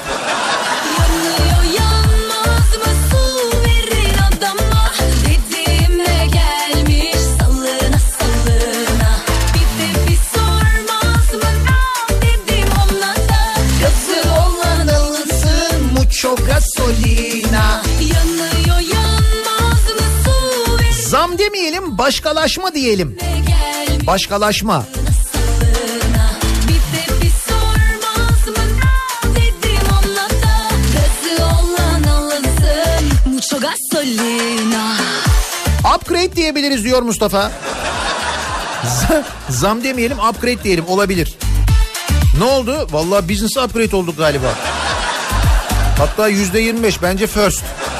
Gasolina. Yanıyor, yanmaz mı su? Zam demeyelim, başkalaşma diyelim. Başkalaşma. Upgrade diyebiliriz diyor Mustafa. Zam demeyelim, upgrade diyelim, olabilir. Ne oldu? Vallahi business upgrade olduk galiba. Hatta yüzde yirmi beş bence first.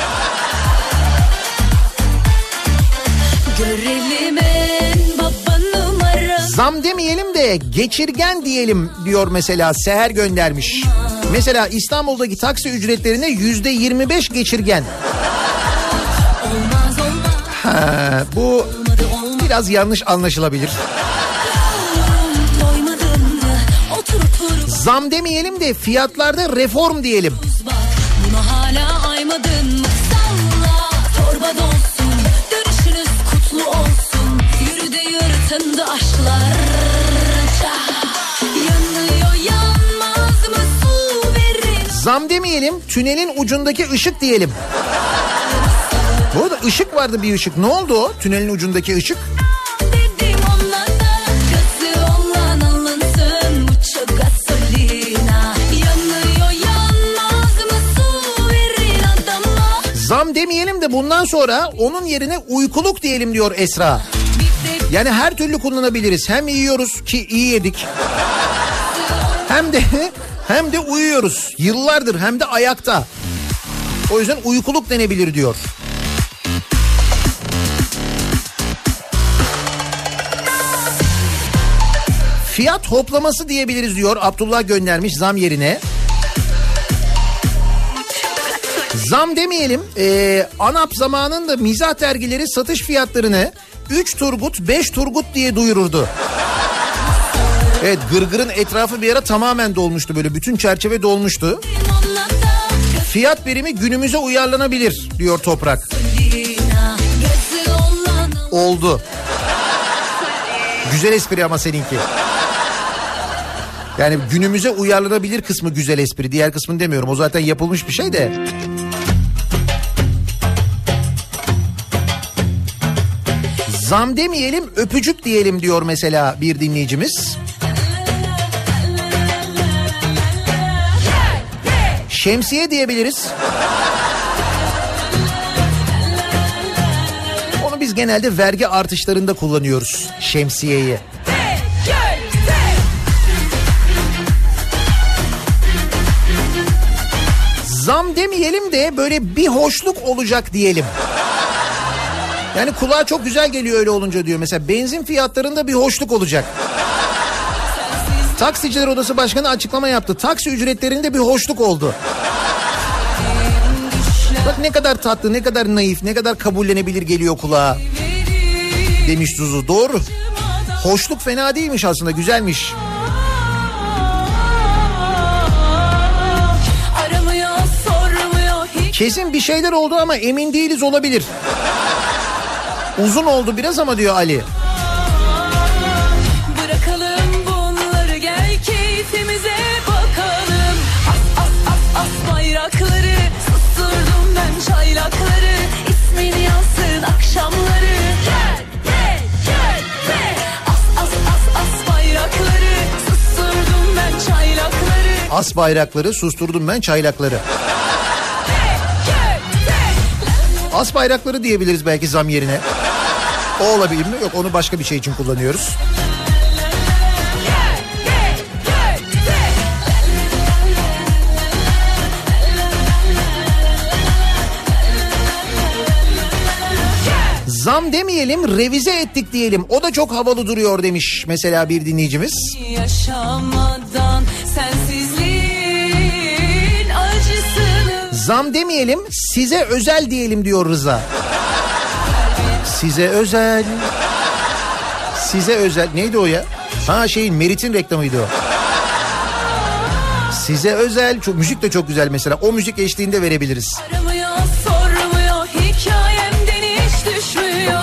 Zam demeyelim de geçirgen diyelim diyor mesela, Seher göndermiş. Mesela İstanbul'daki taksi ücretlerine yüzde yirmi beş geçirgen. Ha, bu biraz yanlış anlaşılabilir. Zam demeyelim de fiyatlarda reform diyelim. Hala aymadın mı? Salla, torba dolsun, dönüşünüz kutlu olsun. Yürüdü yırtındı aşklar. Yanıyor, yanmaz mı su verin? Zam demeyelim, tünelin ucundaki ışık diyelim. Bu arada ışık vardı, bir ışık. Ne oldu o tünelin ucundaki ışık? Zam demeyelim de bundan sonra onun yerine uykuluk diyelim diyor Esra. Yani her türlü kullanabiliriz. Hem yiyoruz ki iyi yedik. Hem de hem de uyuyoruz. Yıllardır hem de ayakta. O yüzden uykuluk denebilir diyor. Fiyat hoplaması diyebiliriz diyor. Abdullah göndermiş zam yerine. Zam demeyelim, ee, ANAP zamanında mizah dergileri satış fiyatlarını üç Turgut beş Turgut diye duyururdu. Evet, Gırgır'ın etrafı bir ara tamamen dolmuştu, böyle bütün çerçeve dolmuştu. Fiyat birimi günümüze uyarlanabilir diyor Toprak. Oldu. Güzel espri ama seninki. Yani günümüze uyarlanabilir kısmı güzel espri. Diğer kısmını demiyorum. O zaten yapılmış bir şey de. Zam demeyelim, öpücük diyelim diyor mesela bir dinleyicimiz. Şemsiye diyebiliriz. Onu biz genelde vergi artışlarında kullanıyoruz, şemsiyeyi. Zam demeyelim de böyle bir hoşluk olacak diyelim. Yani kulağa çok güzel geliyor öyle olunca diyor. Mesela benzin fiyatlarında bir hoşluk olacak. Taksiciler Odası Başkanı açıklama yaptı. Taksi ücretlerinde bir hoşluk oldu. Bak ne kadar tatlı, ne kadar naif, ne kadar kabullenebilir geliyor kulağa. Demiş Zuzu. Doğru. Hoşluk fena değilmiş aslında, güzelmiş. Kesin bir şeyler oldu ama emin değiliz, olabilir. Uzun oldu biraz ama diyor Ali. Bırakalım bunları, gel keyfimize bakalım. As as as as bayrakları, susturdum ben çaylakları. İsmini yazsın akşamları. Gel gel gel gel. As as as as bayrakları, susturdum ben çaylakları. As bayrakları, susturdum ben çaylakları. As bayrakları diyebiliriz belki zam yerine. O olabilir mi? Yok, onu başka bir şey için kullanıyoruz. Zam demeyelim, revize ettik diyelim. O da çok havalı duruyor demiş mesela bir dinleyicimiz. Yaşamadan sensizliğin acısını. Zam demeyelim, size özel diyelim diyor Rıza. Size özel. Size özel. Neydi o ya? Ha şeyin, Merit'in reklamıydı o. Size özel. Çok, müzik de çok güzel mesela. O müzik eşliğinde verebiliriz. Aramıyor, sormuyor, hikayemden hiç düşmüyor.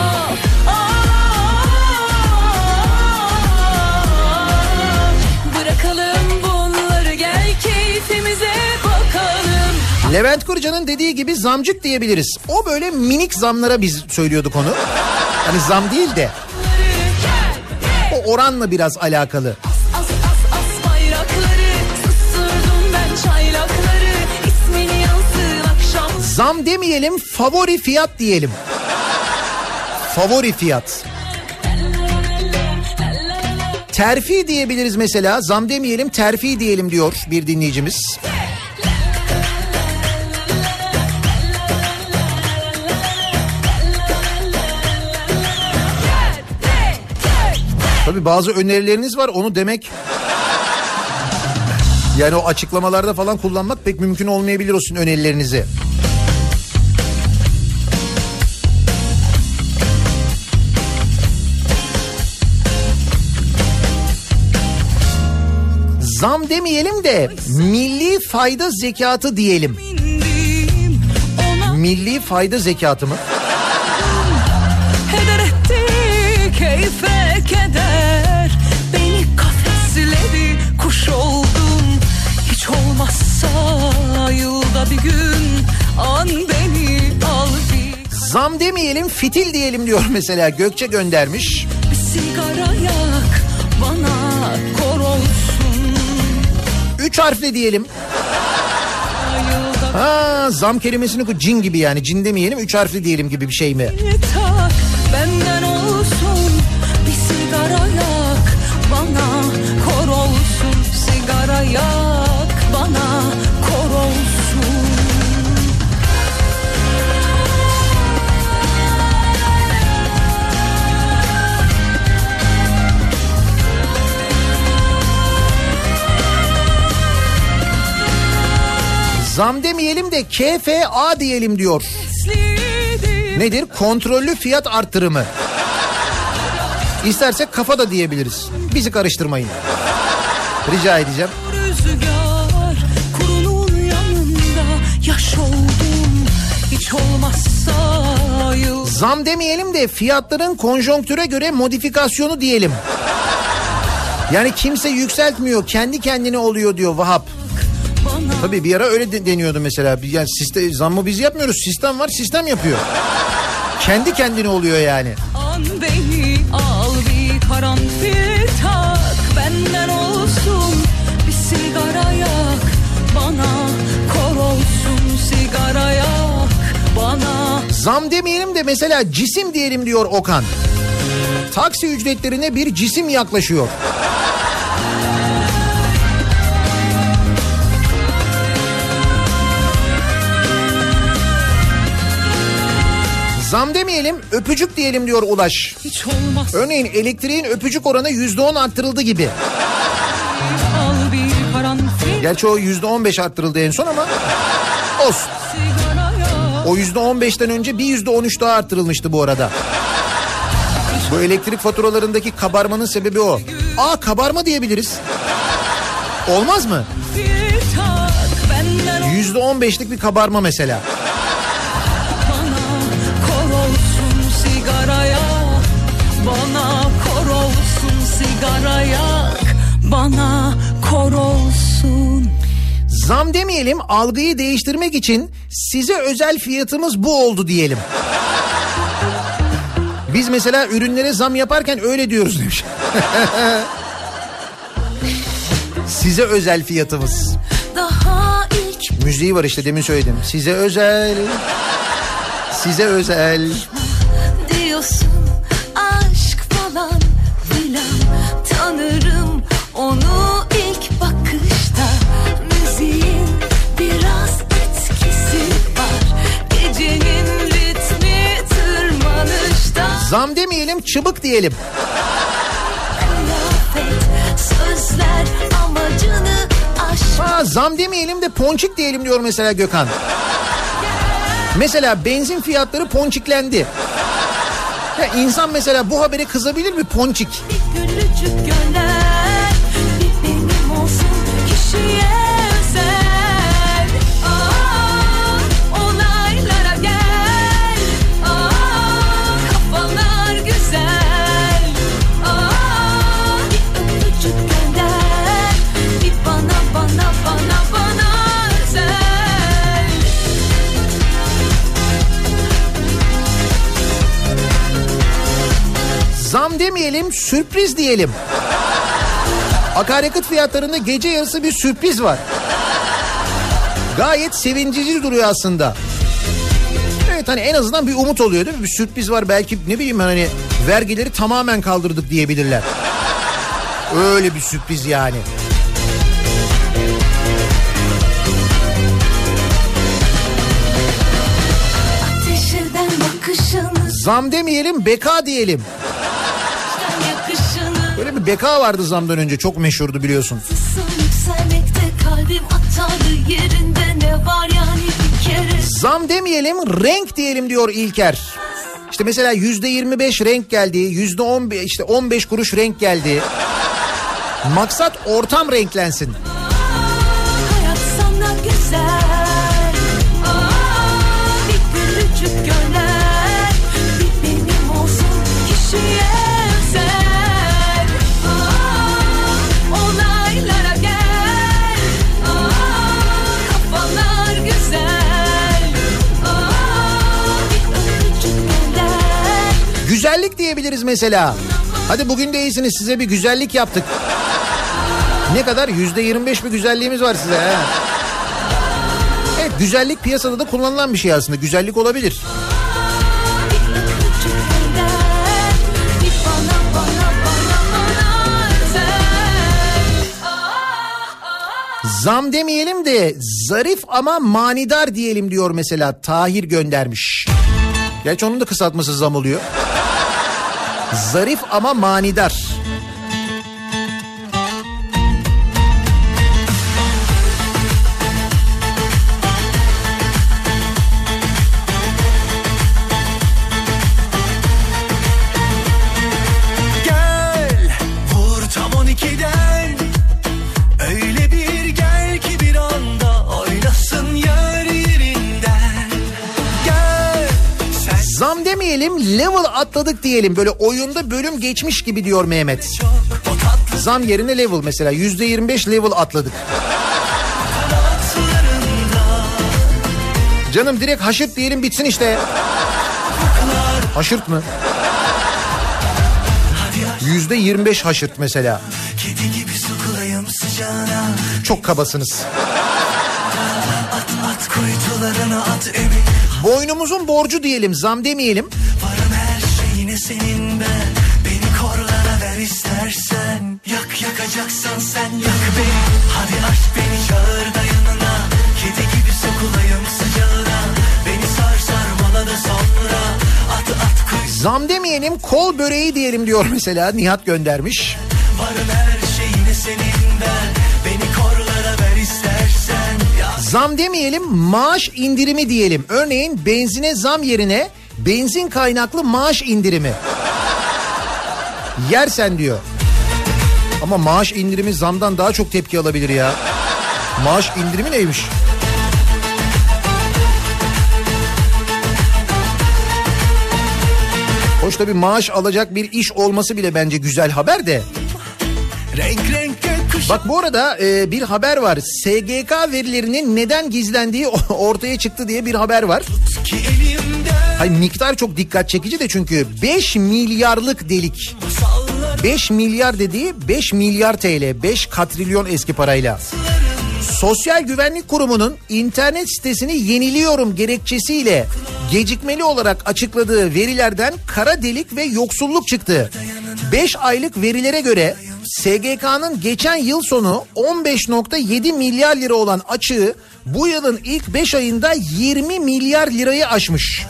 Bırakalım bunları, gel keyfimize bakalım. Levent Kırca'nın dediği gibi zamcık diyebiliriz. O böyle minik zamlara biz söylüyorduk onu. Hani zam değil de. O oranla biraz alakalı. As as as bayrakları, susturdum ben çaylakları. İsmini yansın akşam. Zam demeyelim, favori fiyat diyelim. Favori fiyat. Terfi diyebiliriz mesela. Zam demeyelim, terfi diyelim diyor bir dinleyicimiz. Tabii bazı önerileriniz var, onu demek... Yani o açıklamalarda falan kullanmak pek mümkün olmayabilir o sizin önerilerinizi. Zam demeyelim de milli fayda zekatı diyelim. Milli fayda zekatı mı? Heder etti keyfe keder, beni kafesledi, kuş oldum. Hiç olmazsa yılda bir gün an beni al bir... Zam demeyelim, fitil diyelim diyor mesela, Gökçe göndermiş. Bir sigara yak bana kor olsun. Üç harfli diyelim. Ha, zam kelimesini cin gibi, yani cin demeyelim, üç harfli diyelim gibi bir şey mi? Tak benden olsun, bir sigara yak bana kor olsun. Sigara yak bana kor olsun. Zam demeyelim de K F A diyelim diyor. Nedir? Kontrollü fiyat arttırımı. İstersek kafa da diyebiliriz. Bizi karıştırmayın. Rica edeceğim. Rüzgar kurunun yanında yaş oldum. Hiç olmazsa yıl. Zam demeyelim de fiyatların konjonktüre göre modifikasyonu diyelim. Yani kimse yükseltmiyor, kendi kendine oluyor diyor Vahap. Tabii bir ara öyle de deniyordu mesela. Yani sistem, zammı biz yapmıyoruz, sistem var, sistem yapıyor. Kendi kendine oluyor yani. An beni al bir karanfil tak, benden olsun bir sigara yak, bana kor olsun sigara yak, bana. Zam demeyelim de mesela cisim diyelim diyor Okan. Taksi ücretlerine bir cisim yaklaşıyor. Zam demeyelim, öpücük diyelim diyor Ulaş. Hiç olmaz. Örneğin elektriğin öpücük oranı yüzde on arttırıldı gibi. Al bir karanfil. Gerçi o yüzde on beş arttırıldı en son ama olsun. O yüzde on beşten önce bir yüzde on üç daha arttırılmıştı bu arada. Bu elektrik faturalarındaki kabarmanın sebebi o. Aa, kabarma diyebiliriz. Olmaz mı? yüzde on beşlik bir kabarma mesela. Bana kor olsun sigara yak, bana kor olsun. Zam demeyelim, algıyı değiştirmek için size özel fiyatımız bu oldu diyelim. Biz mesela ürünlere zam yaparken öyle diyoruz demiş. Size özel fiyatımız. Daha ilk Müziği var işte, demin söyledim. Size özel. Size özel. diyorsun, aşk falan filan, tanırım onu ilk bakışta. Müziğin biraz etkisi var, gecenin ritmi tırmanışta. Zam demeyelim, çıbık diyelim. Kıyafet, sözler amacını aşk. Ha, zam demeyelim de ponçik diyelim diyor mesela Gökhan. Mesela benzin fiyatları ponçiklendi. Ya insan mesela bu habere kızabilir mi? Ponçik. Bir gülücük gönder, bir benim olsun kişiye özel. Aa, olaylara gel. Aa, kafalar güzel. Aa, bir öpücük gönder, bir bana bana bana bana özel. Zam demeyelim, sürpriz diyelim. Akaryakıt fiyatlarında gece yarısı bir sürpriz var. Gayet sevincili duruyor aslında. Evet, hani en azından bir umut oluyor değil mi? Bir sürpriz var, belki ne bileyim ben, hani vergileri tamamen kaldırdık diyebilirler. Öyle bir sürpriz yani. Ateş eden bakışını, Zam demeyelim, beka diyelim. yakışını. Böyle bir beka vardı zamdan önce, çok meşhurdu biliyorsun. Sızım yükselmekte, kalbim atarlı yerinde, ne var yani bir kere. Zam demeyelim, renk diyelim diyor İlker. İşte mesela yüzde yirmi beş renk geldi, yüzde on beş, işte on beş kuruş renk geldi. Maksat ortam renklensin. Hayat sana güzel. Aa, bir gülücük gönder, bir benim olsun kişiye özel. Aa, olaylara gel. Aa, kafalar güzel. Aa, bir öpücük gönder. Güzellik diyebiliriz mesela. Hadi bugün de iyisiniz, size bir güzellik yaptık. Ne kadar? yüzde yirmi beş bir güzelliğimiz var size. He. Evet, güzellik piyasada da kullanılan bir şey aslında. Güzellik olabilir. Bir öpücük gönder, bir bana bana bana bana özel. Zam demeyelim de zarif ama manidar diyelim diyor mesela, Tahir göndermiş. Gerçi onun da kısaltması zam oluyor. Zarif ama manidar. Gel vur tam on ikiden, öyle bir gel ki bir anda oynasın yer yerinden. Gel sen Zam demeyelim, level atladık diyelim. Böyle oyunda bölüm geçmiş gibi diyor Mehmet. çok, o tatlı Zam yerine level mesela yüzde yirmi beş level atladık. Canım direkt haşırt diyelim bitsin işte. Haşırt mı? yüzde yirmi beş haşırt mesela. Çok kabasınız. At at kuytularına at emin. Boynumuzun borcu diyelim, zam demeyelim. Varım her şeyine senin ben. Beni korlara ver istersen. Yak yakacaksan sen yak beni. Hadi aç beni çağır da yanına. Kedi gibi sokulayım sıcağına. Beni sar sar bana da sonra. At at kuytularına. Zam demeyelim, kol böreği diyelim diyor mesela, Nihat göndermiş. Varım her şeyine senin ben. Beni korlara ver istersen. Zam demeyelim, maaş indirimi diyelim. Örneğin benzine zam yerine benzin kaynaklı maaş indirimi. Yersen diyor. Ama maaş indirimi zamdan daha çok tepki alabilir ya. Maaş indirimi neymiş? Hoş tabii, maaş alacak bir iş olması bile bence güzel haber de. Renk renk gökkuşağı. Bak bu arada e, bir haber var. S G K verilerinin neden gizlendiği ortaya çıktı diye bir haber var. Ki elimde. Hayır, miktar çok dikkat çekici de çünkü beş milyarlık delik. beş milyar dediği beş milyar T L, beş katrilyon eski parayla. Sosyal Güvenlik Kurumu'nun internet sitesini yeniliyorum gerekçesiyle gecikmeli olarak açıkladığı verilerden kara delik ve yoksulluk çıktı. beş aylık verilere göre S G K'nın geçen yıl sonu on beş virgül yedi milyar lira olan açığı bu yılın ilk beş ayında yirmi milyar lirayı aşmış.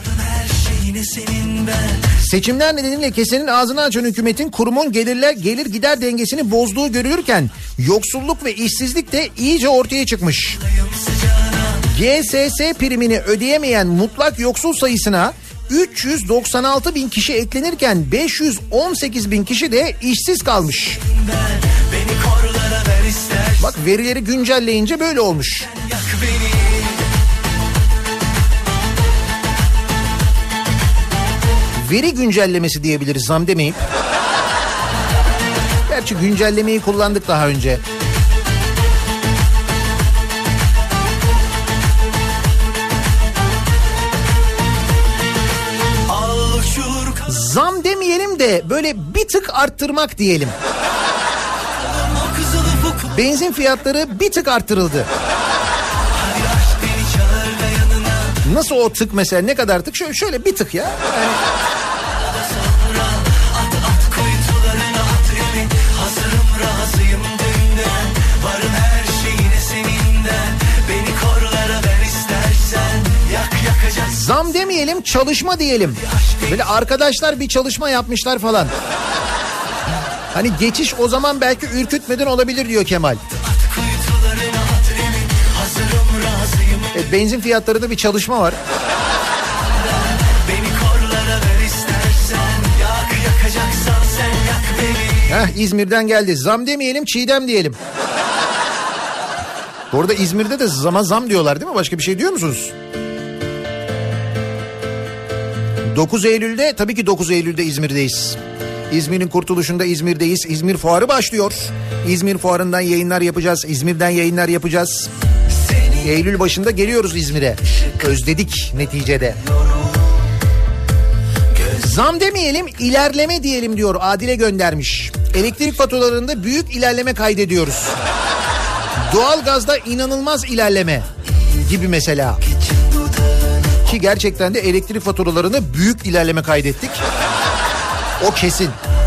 Seçimler nedeniyle kesenin ağzını açan hükümetin kurumun gelirler gelir gider dengesini bozduğu görülürken yoksulluk ve işsizlik de iyice ortaya çıkmış. G S S primini ödeyemeyen mutlak yoksul sayısına üç yüz doksan altı bin kişi eklenirken beş yüz on sekiz bin kişi de işsiz kalmış. Bak verileri güncelleyince böyle olmuş. Veri güncellemesi diyebiliriz, zam demeyip. Gerçi güncellemeyi kullandık daha önce. Zam demeyelim de böyle bir tık arttırmak diyelim. Benzin fiyatları bir tık arttırıldı. Nasıl o tık mesela, ne kadar tık? Şöyle, şöyle bir tık ya. Yani... Zam demeyelim, çalışma diyelim. Böyle arkadaşlar bir çalışma yapmışlar falan. Hani geçiş o zaman belki ürkütmeden olabilir diyor Kemal. E, benzin fiyatlarında bir çalışma var. Heh, İzmir'den geldi. Zam demeyelim, Çiğdem diyelim. Bu arada İzmir'de de zama zam diyorlar değil mi? Başka bir şey diyor musunuz? dokuz Eylül'de, tabii ki dokuz Eylül'de İzmir'deyiz. İzmir'in kurtuluşunda İzmir'deyiz. İzmir Fuarı başlıyor. İzmir Fuarı'ndan yayınlar yapacağız. İzmir'den yayınlar yapacağız. Eylül başında geliyoruz İzmir'e. Özledik neticede. Zam demeyelim, ilerleme diyelim diyor, Adile göndermiş. Elektrik faturalarında büyük ilerleme kaydediyoruz. Doğalgazda inanılmaz ilerleme gibi mesela. Ki gerçekten de elektrik faturalarında büyük ilerleme kaydettik. O kesin.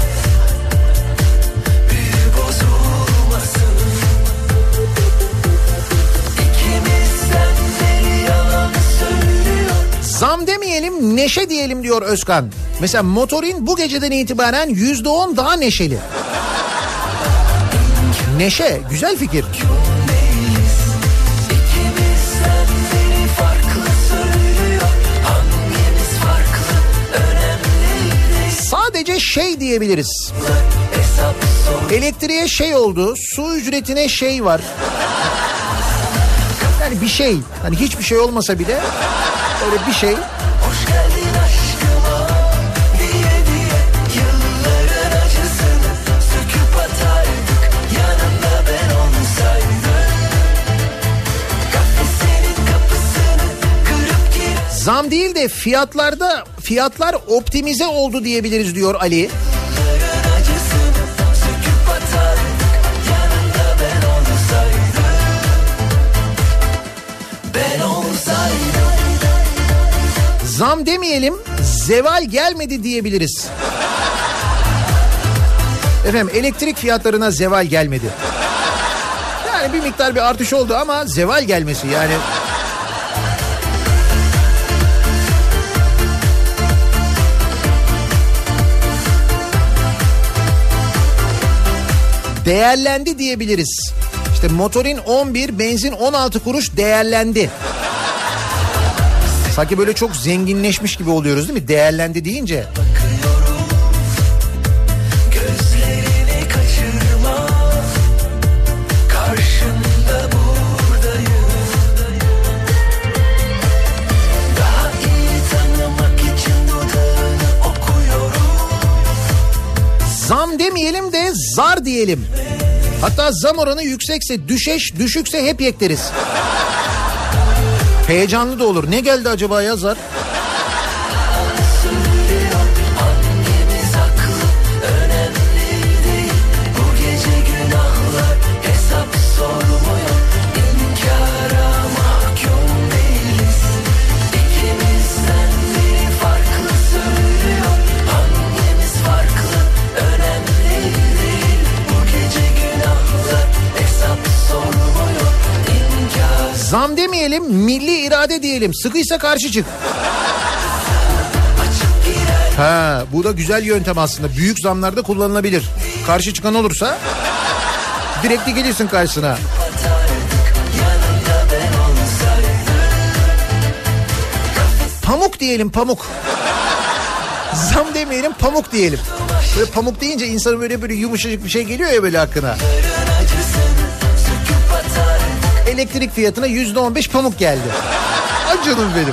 Zam demeyelim, neşe diyelim diyor Özkan. Mesela Motorin bu geceden itibaren yüzde on daha neşeli. Neşe, güzel fikir. Sadece şey diyebiliriz. Elektriğe şey oldu, su ücretine şey var. Yani bir şey, hani hiçbir şey olmasa bile öyle bir şey. Hoş geldin aşkıma diye diye yılların acısını söküp atardı Zam değil de fiyatlarda fiyatlar optimize oldu diyebiliriz diyor Ali. Zam demeyelim, zeval gelmedi diyebiliriz. Efendim elektrik fiyatlarına zeval gelmedi. Yani bir miktar bir artış oldu ama zeval gelmesi yani. Değerlendi diyebiliriz. İşte motorin on bir, benzin on altı kuruş değerlendi. Sanki böyle çok zenginleşmiş gibi oluyoruz değil mi? Değerlendi deyince. Gözlerini kaçırma, karşında buradayım. Daha iyi tanımak için dudağını okuyorum. Zam demeyelim de zar diyelim. Hatta zam oranı yüksekse düşeş, düşükse hep yek deriz. Heyecanlı da olur. Ne geldi acaba ya zar? Hangimiz haklı, önemli değil. Bu gece günahlar hesap sormuyor. İnkara mahkum değiliz. İkimizden biri farklı söylüyor. Hangimiz farklı, önemli değil. Bu gece günahlar hesap sormuyor. İnkar. Zam demeyelim, milli irade diyelim. Sıkıysa karşı çık. Ha, bu da güzel yöntem aslında. Büyük zamlarda kullanılabilir. Karşı çıkan olursa direkt gelirsin karşısına. Pamuk diyelim, pamuk. Zam demeyelim, pamuk diyelim. Böyle pamuk deyince insanın böyle böyle yumuşacık bir şey geliyor ya böyle aklına. Elektrik fiyatına yüzde on beş pamuk geldi. Ay canım benim.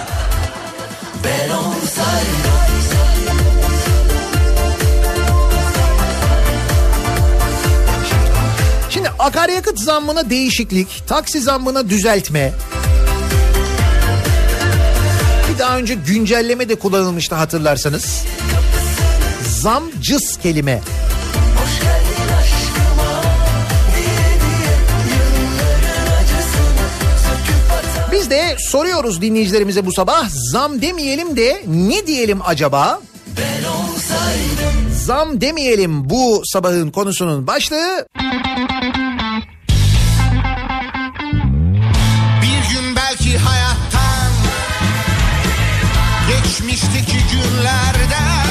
Şimdi akaryakıt zammına değişiklik, taksi zammına düzeltme. Bir daha önce güncelleme de kullanılmıştı hatırlarsanız. Zam cız kelime. Biz de soruyoruz dinleyicilerimize bu sabah, zam demeyelim de ne diyelim acaba? Zam demeyelim bu sabahın konusunun başlığı. Bir gün belki hayattan, geçmişteki günlerden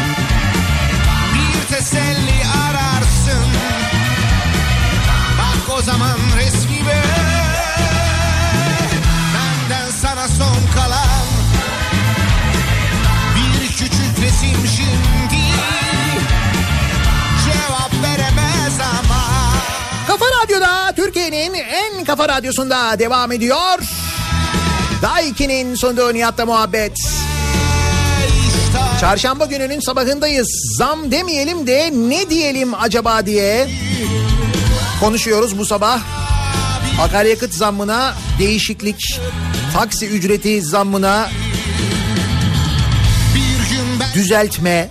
bir teselli ararsın. Bak o zaman resmime, sana son kalan bir küçük resim şimdi cevap veremez ama. Kafa Radyo'da, Türkiye'nin en kafa radyosunda devam ediyor. Daha ikinin sonunda Nihat'la muhabbet. Çarşamba gününün sabahındayız. Zam demeyelim de ne diyelim acaba diye konuşuyoruz bu sabah. Akaryakıt zammına değişiklik, taksi ücreti zammına düzeltme.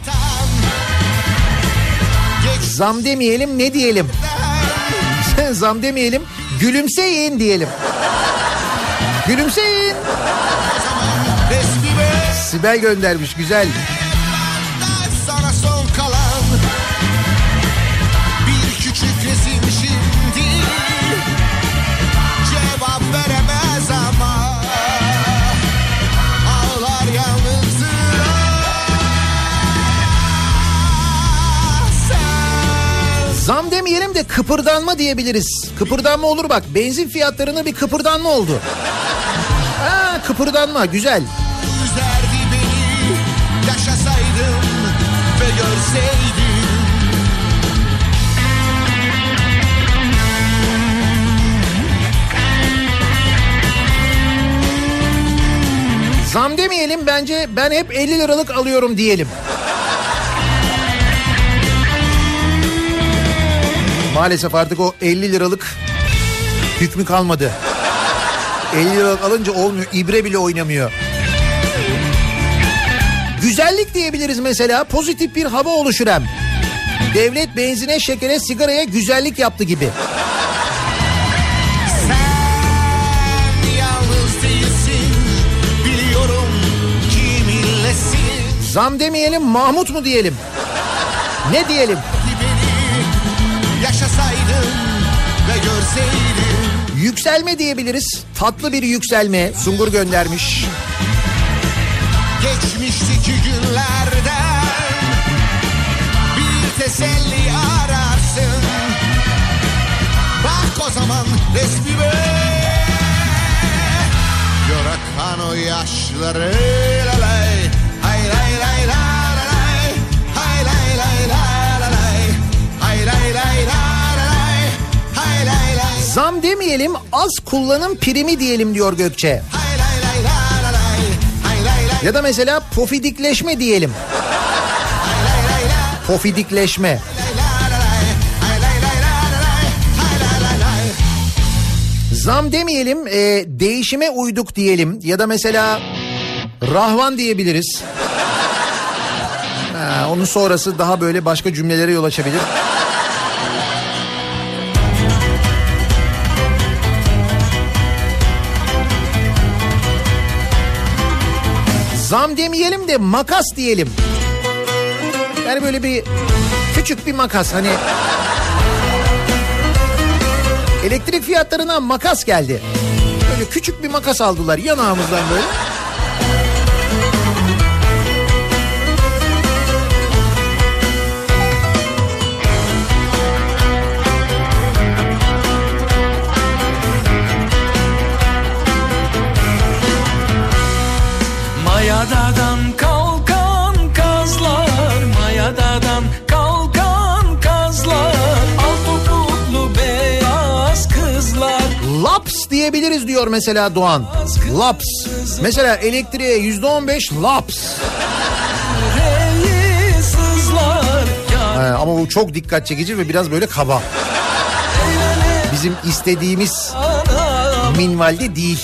Zam demeyelim ne diyelim? Zam demeyelim, gülümseyin diyelim. Gülümseyin. Sibel göndermiş, güzel. Sana son kalan bir küçük resim şimdi cevap veremez ama ağlar yalnızlığa. Zam demeyelim de kıpırdanma diyebiliriz. Kıpırdanma olur bak, benzin fiyatlarına bir kıpırdanma oldu. Ha, kıpırdanma güzel. Üzerdi beni, yaşasaydım ve görseydim. Zam demeyelim, bence ben hep elli liralık alıyorum diyelim. Maalesef artık o elli liralık hükmü kalmadı. elli liralık alınca olmuyor, ibre bile oynamıyor. Güzellik diyebiliriz mesela. Pozitif bir hava oluşuran. Devlet benzine, şekere, sigaraya güzellik yaptı gibi. Sen yalnız değilsin, biliyorum kiminlesin. Zam demeyelim, Mahmut mu diyelim? Ne diyelim? Beni yaşasaydın ve görseydin. Yükselme diyebiliriz. Tatlı bir yükselme. Sungur göndermiş. Geçmişteki günlerden bir teselli ararsın. Bak o zaman resmime, gör akan o yaşları. Lalay, hay lay lay la la lay, hay lay lay la la lay, hay lay lay la la lay, hay lay lay. Zam demeyelim, az kullanım primi diyelim diyor Gökçe. Hay lay lay la la lay, hay lay lay. Ya da mesela pofidikleşme diyelim. Pofidikleşme. Zam demeyelim, e, değişime uyduk diyelim. Ya da mesela rahvan diyebiliriz. Ha, onun sonrası daha böyle başka cümlelere yol açabilir. Zam demeyelim de makas diyelim. Yani böyle bir küçük bir makas, hani elektrik fiyatlarına makas geldi. Böyle küçük bir makas aldılar yanağımızdan böyle. Mayadadan kalkan kazlar, mayadadan kalkan kazlar, al topuklu beyaz kızlar. Laps diyebiliriz diyor mesela Doğan. Laps. Mesela elektriğe yüzde on beş laps. He, ama bu çok dikkat çekici ve biraz böyle kaba. Bizim istediğimiz minvalde değil.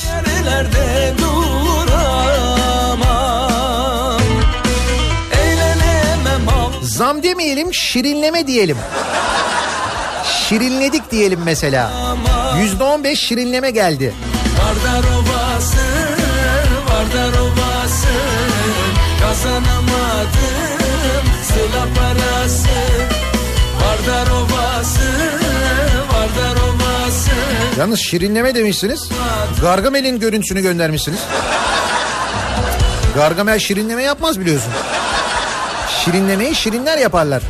Zam demeyelim, şirinleme diyelim. Şirinledik diyelim mesela. Yüzde on beş şirinleme geldi. Vardar Ovası, Vardar Ovası, kazanamadım sıla parası. Vardar Ovası, Vardar Ovası. Yalnız şirinleme demişsiniz. Gargamel'in görüntüsünü göndermişsiniz. Gargamel şirinleme yapmaz biliyorsun. Şirinlemeyi şirinler yaparlar.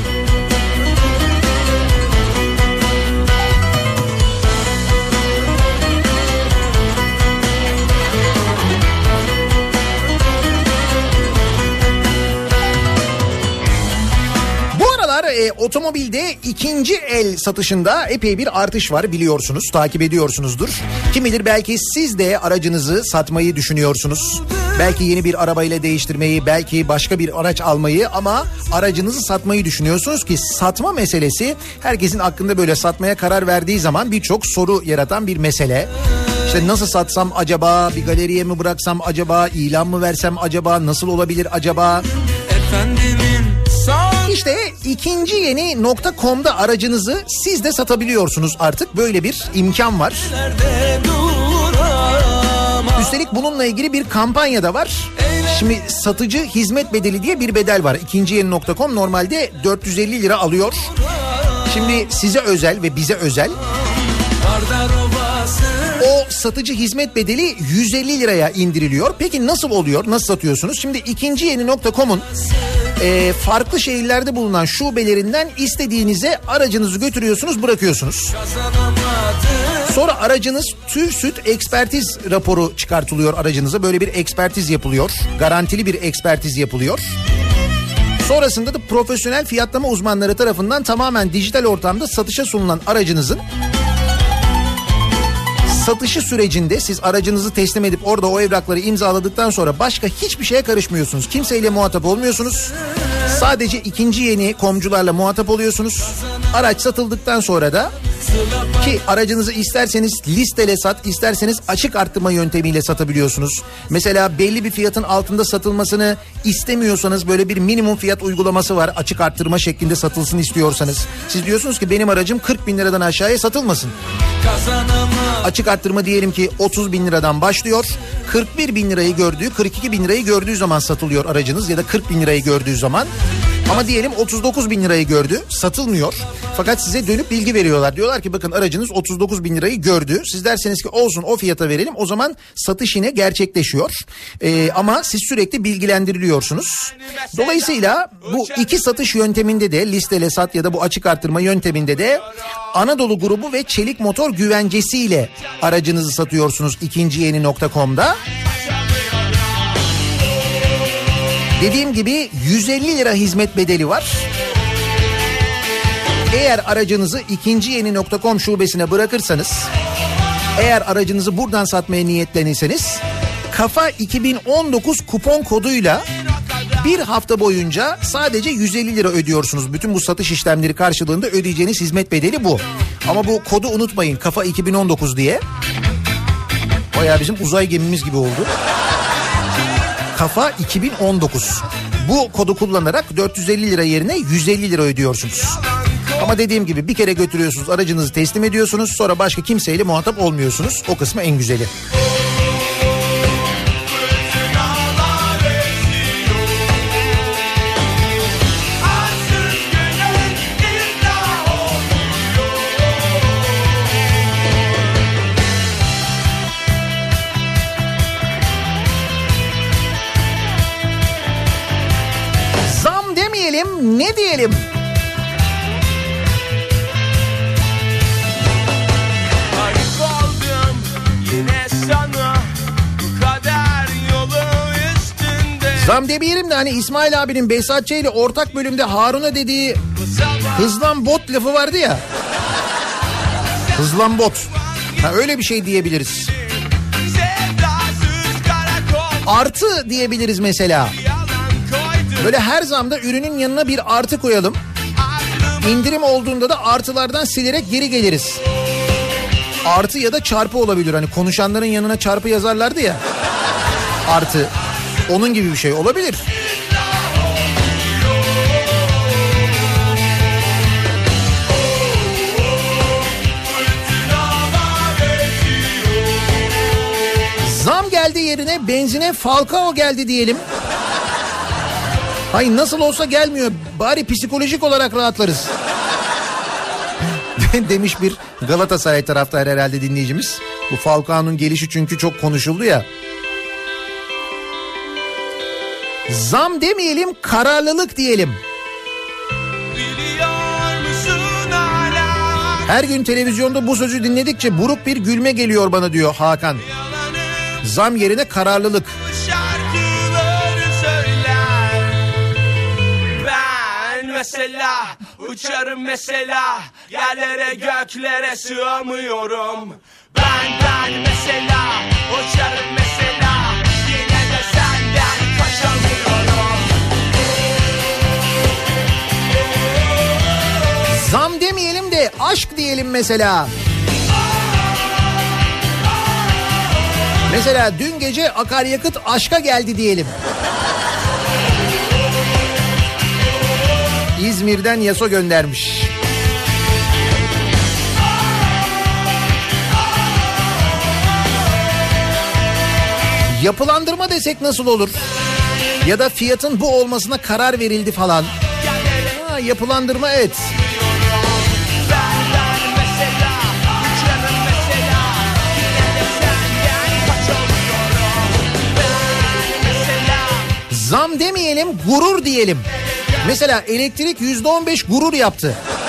E, otomobilde ikinci el satışında epey bir artış var biliyorsunuz, takip ediyorsunuzdur. Kim bilir belki siz de aracınızı satmayı düşünüyorsunuz. Belki yeni bir arabayla değiştirmeyi, belki başka bir araç almayı ama aracınızı satmayı düşünüyorsunuz ki satma meselesi herkesin aklında böyle satmaya karar verdiği zaman birçok soru yaratan bir mesele. İşte nasıl satsam acaba, bir galeriye mi bıraksam acaba, ilan mı versem acaba, nasıl olabilir acaba? Efendimin İşte ikinci yeni nokta com'da aracınızı siz de satabiliyorsunuz artık. Böyle bir imkan var. Üstelik bununla ilgili bir kampanya da var. Şimdi satıcı hizmet bedeli diye bir bedel var. ikinci yeni nokta com normalde dört yüz elli lira alıyor. Şimdi size özel ve bize özel o satıcı hizmet bedeli yüz elli liraya indiriliyor. Peki nasıl oluyor? Nasıl satıyorsunuz? Şimdi ikinci yeni nokta com'un e, farklı şehirlerde bulunan şubelerinden istediğinize aracınızı götürüyorsunuz, bırakıyorsunuz. Sonra aracınız TÜV SÜD ekspertiz raporu çıkartılıyor aracınıza. Böyle bir ekspertiz yapılıyor. Garantili bir ekspertiz yapılıyor. Sonrasında da profesyonel fiyatlama uzmanları tarafından tamamen dijital ortamda satışa sunulan aracınızın satışı sürecinde siz aracınızı teslim edip orada o evrakları imzaladıktan sonra başka hiçbir şeye karışmıyorsunuz. Kimseyle muhatap olmuyorsunuz. Sadece ikinci yeni komcularla muhatap oluyorsunuz. Araç satıldıktan sonra da Ki aracınızı isterseniz listele sat, isterseniz açık arttırma yöntemiyle satabiliyorsunuz. Mesela belli bir fiyatın altında satılmasını istemiyorsanız böyle bir minimum fiyat uygulaması var. Açık arttırma şeklinde satılsın istiyorsanız. Siz diyorsunuz ki benim aracım kırk bin liradan aşağıya satılmasın. Açık arttırma diyelim ki otuz bin liradan başlıyor. kırk bir bin lirayı gördüğü, kırk iki bin lirayı gördüğü zaman satılıyor aracınız ya da kırk bin lirayı gördüğü zaman. Ama diyelim otuz dokuz bin lirayı gördü, satılmıyor. Fakat size dönüp bilgi veriyorlar. Diyorlar ki bakın aracınız otuz dokuz bin lirayı gördü. Siz derseniz ki olsun o fiyata verelim. O zaman satış yine gerçekleşiyor. Ee, ama siz sürekli bilgilendiriliyorsunuz. Dolayısıyla bu iki satış yönteminde de listele sat ya da bu açık arttırma yönteminde de Anadolu Grubu ve Çelik Motor güvencesiyle aracınızı satıyorsunuz ikinci yeni nokta com'da. Dediğim gibi yüz elli lira hizmet bedeli var. Eğer aracınızı ikinci yeni nokta com şubesine bırakırsanız, eğer aracınızı buradan satmaya niyetlenirseniz Kafa iki bin on dokuz kupon koduyla bir hafta boyunca sadece yüz elli lira ödüyorsunuz. Bütün bu satış işlemleri karşılığında ödeyeceğiniz hizmet bedeli bu. Ama bu kodu unutmayın, Kafa iki bin on dokuz diye. Bayağı bizim uzay gemimiz gibi oldu. Kafa iki bin on dokuz. Bu kodu kullanarak dört yüz elli lira yerine yüz elli lira ödüyorsunuz. Ama dediğim gibi bir kere götürüyorsunuz, aracınızı teslim ediyorsunuz, sonra başka kimseyle muhatap olmuyorsunuz. O kısmı en güzeli. Zam demeyelim, ne diyelim? Zam demeyelim de hani İsmail abinin Behzat Ç. ile ortak bölümde Harun'a dediği hızlan bot lafı vardı ya. Hızlan bot. Ha, öyle bir şey diyebiliriz. Artı diyebiliriz mesela. Böyle her zamda ürünün yanına bir artı koyalım. İndirim olduğunda da artılardan silerek geri geliriz. Artı ya da çarpı olabilir. Hani konuşanların yanına çarpı yazarlardı ya. Artı. Onun gibi bir şey olabilir. Zam geldi yerine benzine Falcao geldi diyelim. Hayır, nasıl olsa gelmiyor. Bari psikolojik olarak rahatlarız. Demiş bir Galatasaray taraftarı herhalde dinleyicimiz. Bu Falcao'nun gelişi çünkü çok konuşuldu ya. Zam demeyelim, kararlılık diyelim. Her gün televizyonda bu sözü dinledikçe buruk bir gülme geliyor bana diyor Hakan. Zam yerine kararlılık. Ben mesela uçarım mesela, yerlere göklere sığamıyorum. Ben ben mesela uçarım mesela, yine de senden kaçamıyorum. Zam demeyelim de aşk diyelim mesela. Mesela dün gece akaryakıt aşka geldi diyelim. İzmir'den Yaso göndermiş. Yapılandırma desek nasıl olur? Ya da fiyatın bu olmasına karar verildi falan. Ha, yapılandırma, evet. Zam demeyelim, gurur diyelim. Mesela elektrik yüzde on beş gurur yaptı.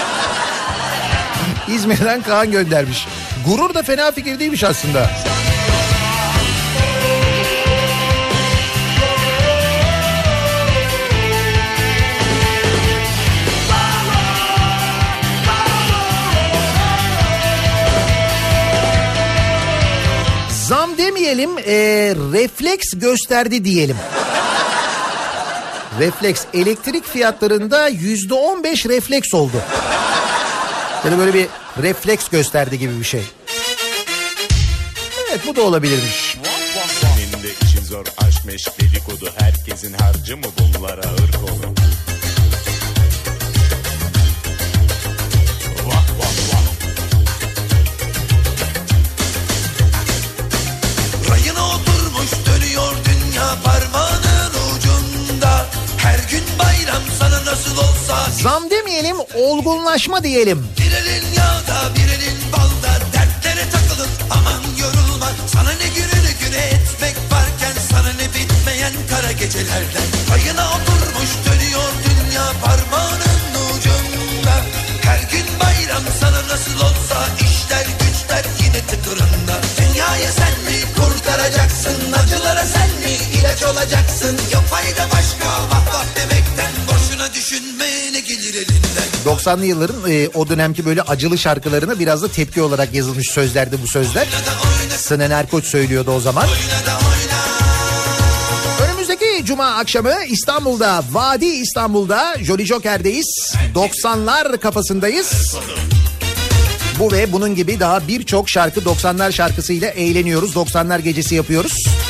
İzmir'den Kaan göndermiş. Gurur da fena fikir değilmiş aslında. Zam demeyelim, ee, refleks gösterdi diyelim. Refleks, elektrik fiyatlarında yüzde on beş refleks oldu. Ya da böyle bir refleks gösterdi gibi bir şey. Evet, bu da olabilirmiş. Senin de işin zor, aşk meşk dedikodu, herkesin harcı mı bunlara ırk olur. Vah vah vah. Rayına oturmuş dönüyor dünya parmağının ucunda. Her gün bayram sana nasıl olsa. Zam demeyelim, olgunlaşma diyelim. Bir elin yağda bir elin balda, dertlere takılıp aman yorulma. Sana ne günü ne güne etmek varken, sana ne bitmeyen kara gecelerden. Rayına oturmuş dönüyor dünya parmağının ucunda. Her gün bayram sana nasıl olsa, işler güçler yine tıkırında. Dünyayı sen mi kurtaracaksın, acılara sen mi ilaç olacaksın? Yok fayda başka vah vah demekten, boşuna düşünme ne gelir elinden. doksanlı yılların e, o dönemki böyle acılı şarkılarına biraz da tepki olarak yazılmış sözlerdi bu sözler. Sinan Erkoç söylüyordu o zaman. Önümüzdeki cuma akşamı İstanbul'da, Vadi İstanbul'da Jolly Joker'deyiz. doksanlar kafasındayız. Bu ve bunun gibi daha birçok şarkı, doksanlar şarkısıyla eğleniyoruz. doksanlar gecesi yapıyoruz.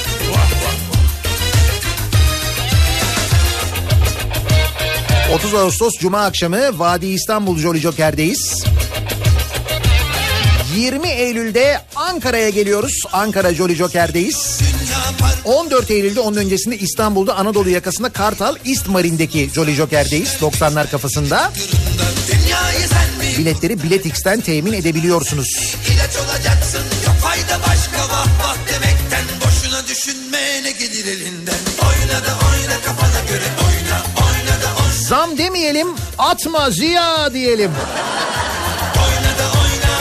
otuz Ağustos Cuma akşamı Vadi İstanbul Jolly Joker'deyiz. yirmi Eylül'de Ankara'ya geliyoruz. Ankara Jolly Joker'deyiz. on dört Eylül'de, onun öncesinde İstanbul'da Anadolu yakasında Kartal İstmarin'deki Jolly Joker'deyiz. doksanlar kafasında. Biletleri Biletix'ten temin edebiliyorsunuz. İlaç olacaksın, yok fayda başka vah vah demekten, boşuna düşünme ne gelir elinden. Oyna da oyna kafana göre oyna, oyna da oyna. Zam demeyelim, atma Ziya diyelim. Oyna da oyna.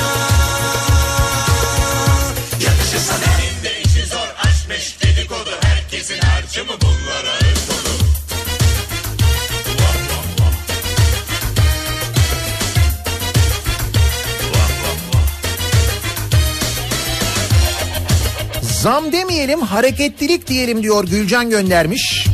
Yakışır sana. Senin de işin zor, aşk meşk dedikodu, herkesin harcı mı bunlara ırk olur. Zam demeyelim, hareketlilik diyelim diyor Gülcan göndermiş.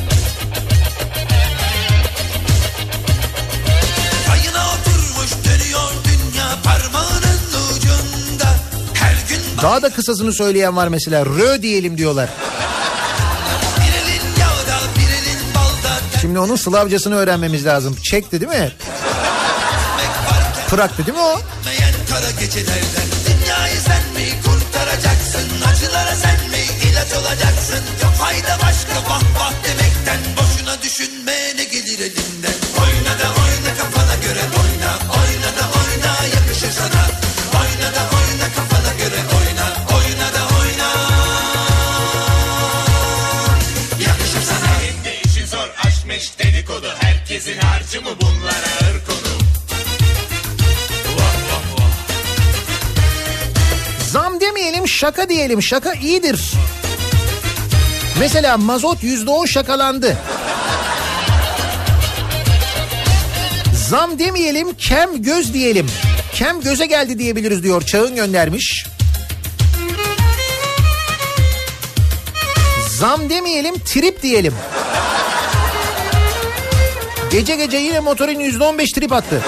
Rayına oturmuş dönüyor dünya parmağının ucunda. Her gün Daha da kısasını söyleyen var mesela, rö diyelim diyorlar. bir elin yağda bir elin balda. Şimdi onun Slavcasını öğrenmemiz lazım. Çekti değil mi? Pıraktı değil mi o? Bitmeyen kara gecelerden, dünyayı sen mi kurtaracaksın? Acılara sen mi ilaç olacaksın? Yok fayda başka vah vah demekten, boşuna düşünme ne gelir elinden. Oyna da oyna kafana göre oyna, oyna da oyna yakışır sana. Oyna da oyna kafana göre oyna, oyna da oyna yakışır sana. Senin de işin zor, aşk meşk dedikodu, herkesin harcı mı bunlara ırk olur. Zam demeyelim, şaka diyelim. Şaka iyidir. Mesela mazot yüzde on şakalandı. Zam demeyelim, kem göz diyelim. Kem göze geldi diyebiliriz diyor. Çağın göndermiş. Zam demeyelim, trip diyelim. Gece gece yine motorun yüzde on beş trip attı.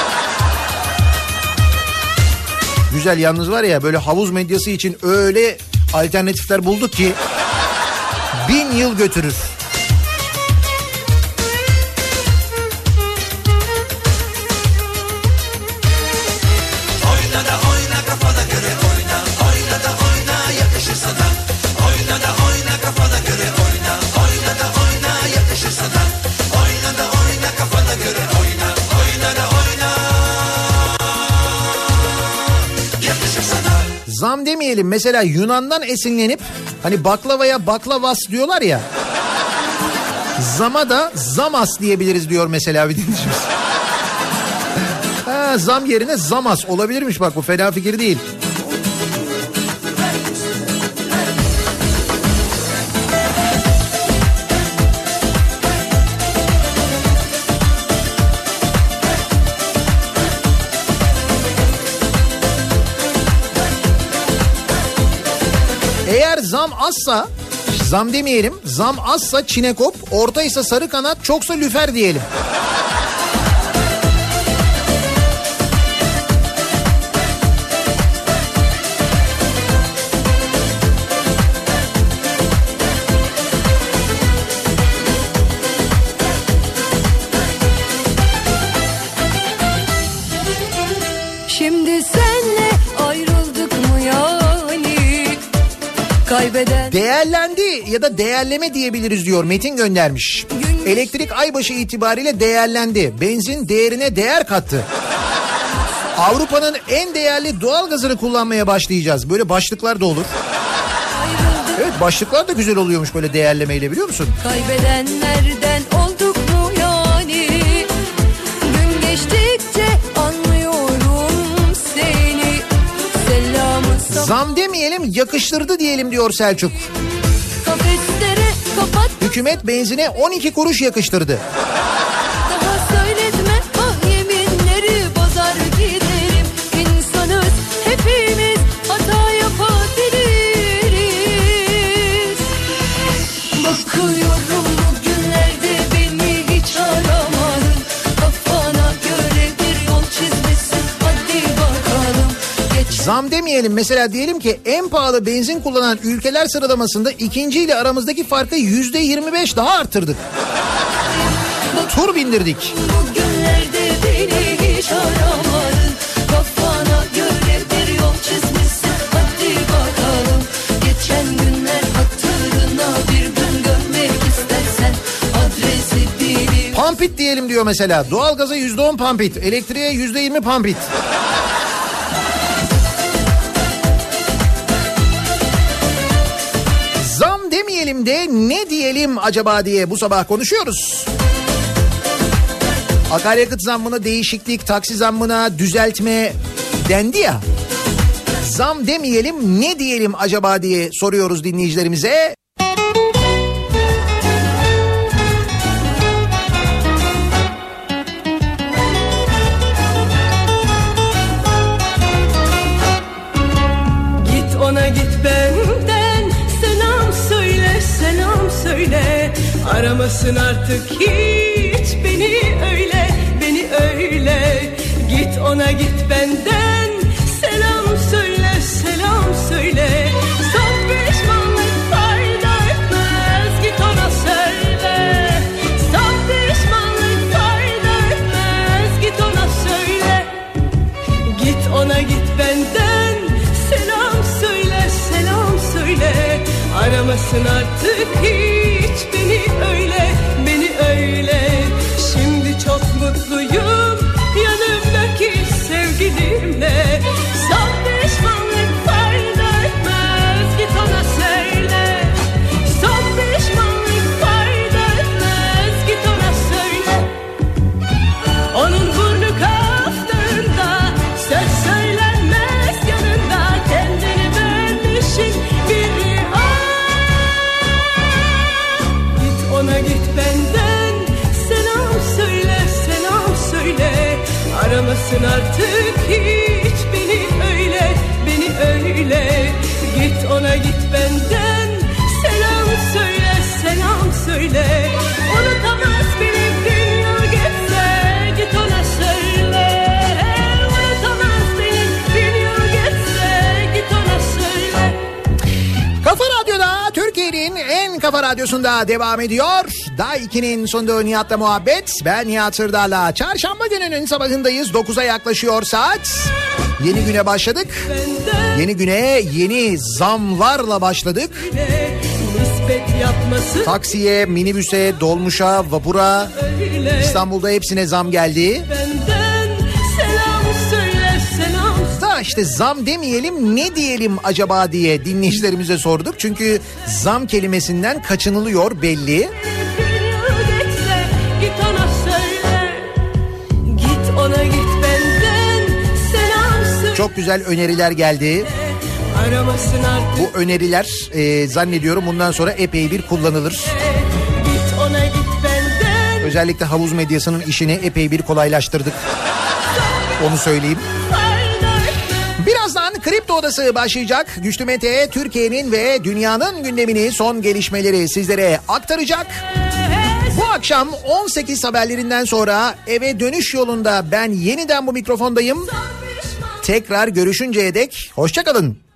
Güzel, yalnız var ya, böyle havuz medyası için öyle alternatifler bulduk ki bin yıl götürür. Oyna da oyna kafana göre oyna, oyna da oyna yakışır sana. Oyna da oyna kafana göre oyna, oyna da oyna yakışır sana. Oyna da oyna kafana göre oyna, oyna da oyna yakışır sana. Zam demeyelim, mesela Yunan'dan esinlenip hani baklavaya baklavas diyorlar ya. Zama da zamas diyebiliriz diyor mesela bir dinleyicimiz. Ha, zam yerine zamas olabilirmiş, bak bu fena fikir değil. Eğer zam azsa, zam demeyelim, zam azsa çinekop, ortaysa sarı kanat, çoksa lüfer diyelim. Şimdi senle ayrıldık mı yani? Kaybeden Değerlendi ya da değerleme diyebiliriz diyor Metin göndermiş. Elektrik aybaşı itibariyle değerlendi. Benzin değerine değer kattı. Avrupa'nın en değerli doğalgazını kullanmaya başlayacağız. Böyle başlıklar da olur. Evet, başlıklar da güzel oluyormuş böyle değerlemeyle, biliyor musun? Kaybedenlerden olduk mu yani? Gün geçtikçe anlıyorum seni. Selamı Zam demeyelim, yakıştırdı diyelim diyor Selçuk. kafeslere kapat. Hükümet benzine on iki kuruş yakıştırdı. Daha söyletme ah yeminleri bozar giderim. İnsanız hepimiz, hata yapabiliriz. Bakıyorum bugünlerde beni hiç aramadın. Kafana göre bir yol çizmişsin, hadi bakalım. Geç. Zam demeyelim, mesela diyelim ki en pahalı benzin kullanan ülkeler sıralamasında ikinci ile aramızdaki farkı yüzde yirmi beş daha arttırdık. Tur bindirdik. Bugünlerde beni hiç aramadın. Kafana göre bir yol çizmişsin, hadi bakalım. Geçen günler hatırına bir gün görmek istersen adresi bilip. Pampit diyelim diyor mesela. Doğalgaza yüzde on pampit, elektriğe yüzde yirmi pampit. Zam demeyelim de ne diyelim acaba diye bu sabah konuşuyoruz. Akaryakıt zammına değişiklik, taksi zammına düzeltme dendi ya. Zam demeyelim, ne diyelim acaba diye soruyoruz dinleyicilerimize. Git ona git benden selam söyle, selam söyle. Aramasın artık hiç beni öyle, beni öyle. Git ona git benden selam söyle, selam söyle. Son pişmanlık fayda etmez, git ona söyle. Son pişmanlık fayda etmez, git ona söyle. Git ona git benden selam söyle, selam söyle. Aramasın artık hiç beni öyle, beni öyle. Şimdi çok mutluyum yanımdaki sevgilimle. Son pişmanlık fayda etmez, git ona söyle. Son pişmanlık fayda etmez, git ona söyle. Onun burnu kaftığında söz söylenmez yanında. Kendini beğenmişin biri ah. Git ona git benden selam söyle, selam söyle. Aramasın artık hiç beni öyle, beni öyle. Git ona git benden selam söyle, selam söyle. Unutamaz beni dünya geçse, git ona söyle. Unutamaz beni dünya geçse, git ona söyle. Kafa Radyo'da, Türkiye'nin en kafa radyosunda devam ediyor. Day iki'nin sunduğu Nihat'la muhabbet. Ben Nihat Sırdar'la. Çarşamba gününün sabahındayız. dokuza yaklaşıyor saat. Yeni güne başladık. Yeni güne yeni zamlarla başladık. Taksiye, minibüse, dolmuşa, vapura, İstanbul'da hepsine zam geldi. Da işte zam demeyelim, ne diyelim acaba diye dinleyicilerimize sorduk. Çünkü zam kelimesinden kaçınılıyor belli. Çok güzel öneriler geldi. Bu öneriler e, zannediyorum bundan sonra epey bir kullanılır. Özellikle havuz medyasının işini epey bir kolaylaştırdık. Onu söyleyeyim. Birazdan Kripto Odası başlayacak. Güçlü Mete Türkiye'nin ve dünyanın gündemini, son gelişmeleri sizlere aktaracak. Bu akşam on sekiz haberlerinden sonra eve dönüş yolunda ben yeniden bu mikrofondayım. Tekrar görüşünceye dek hoşça kalın.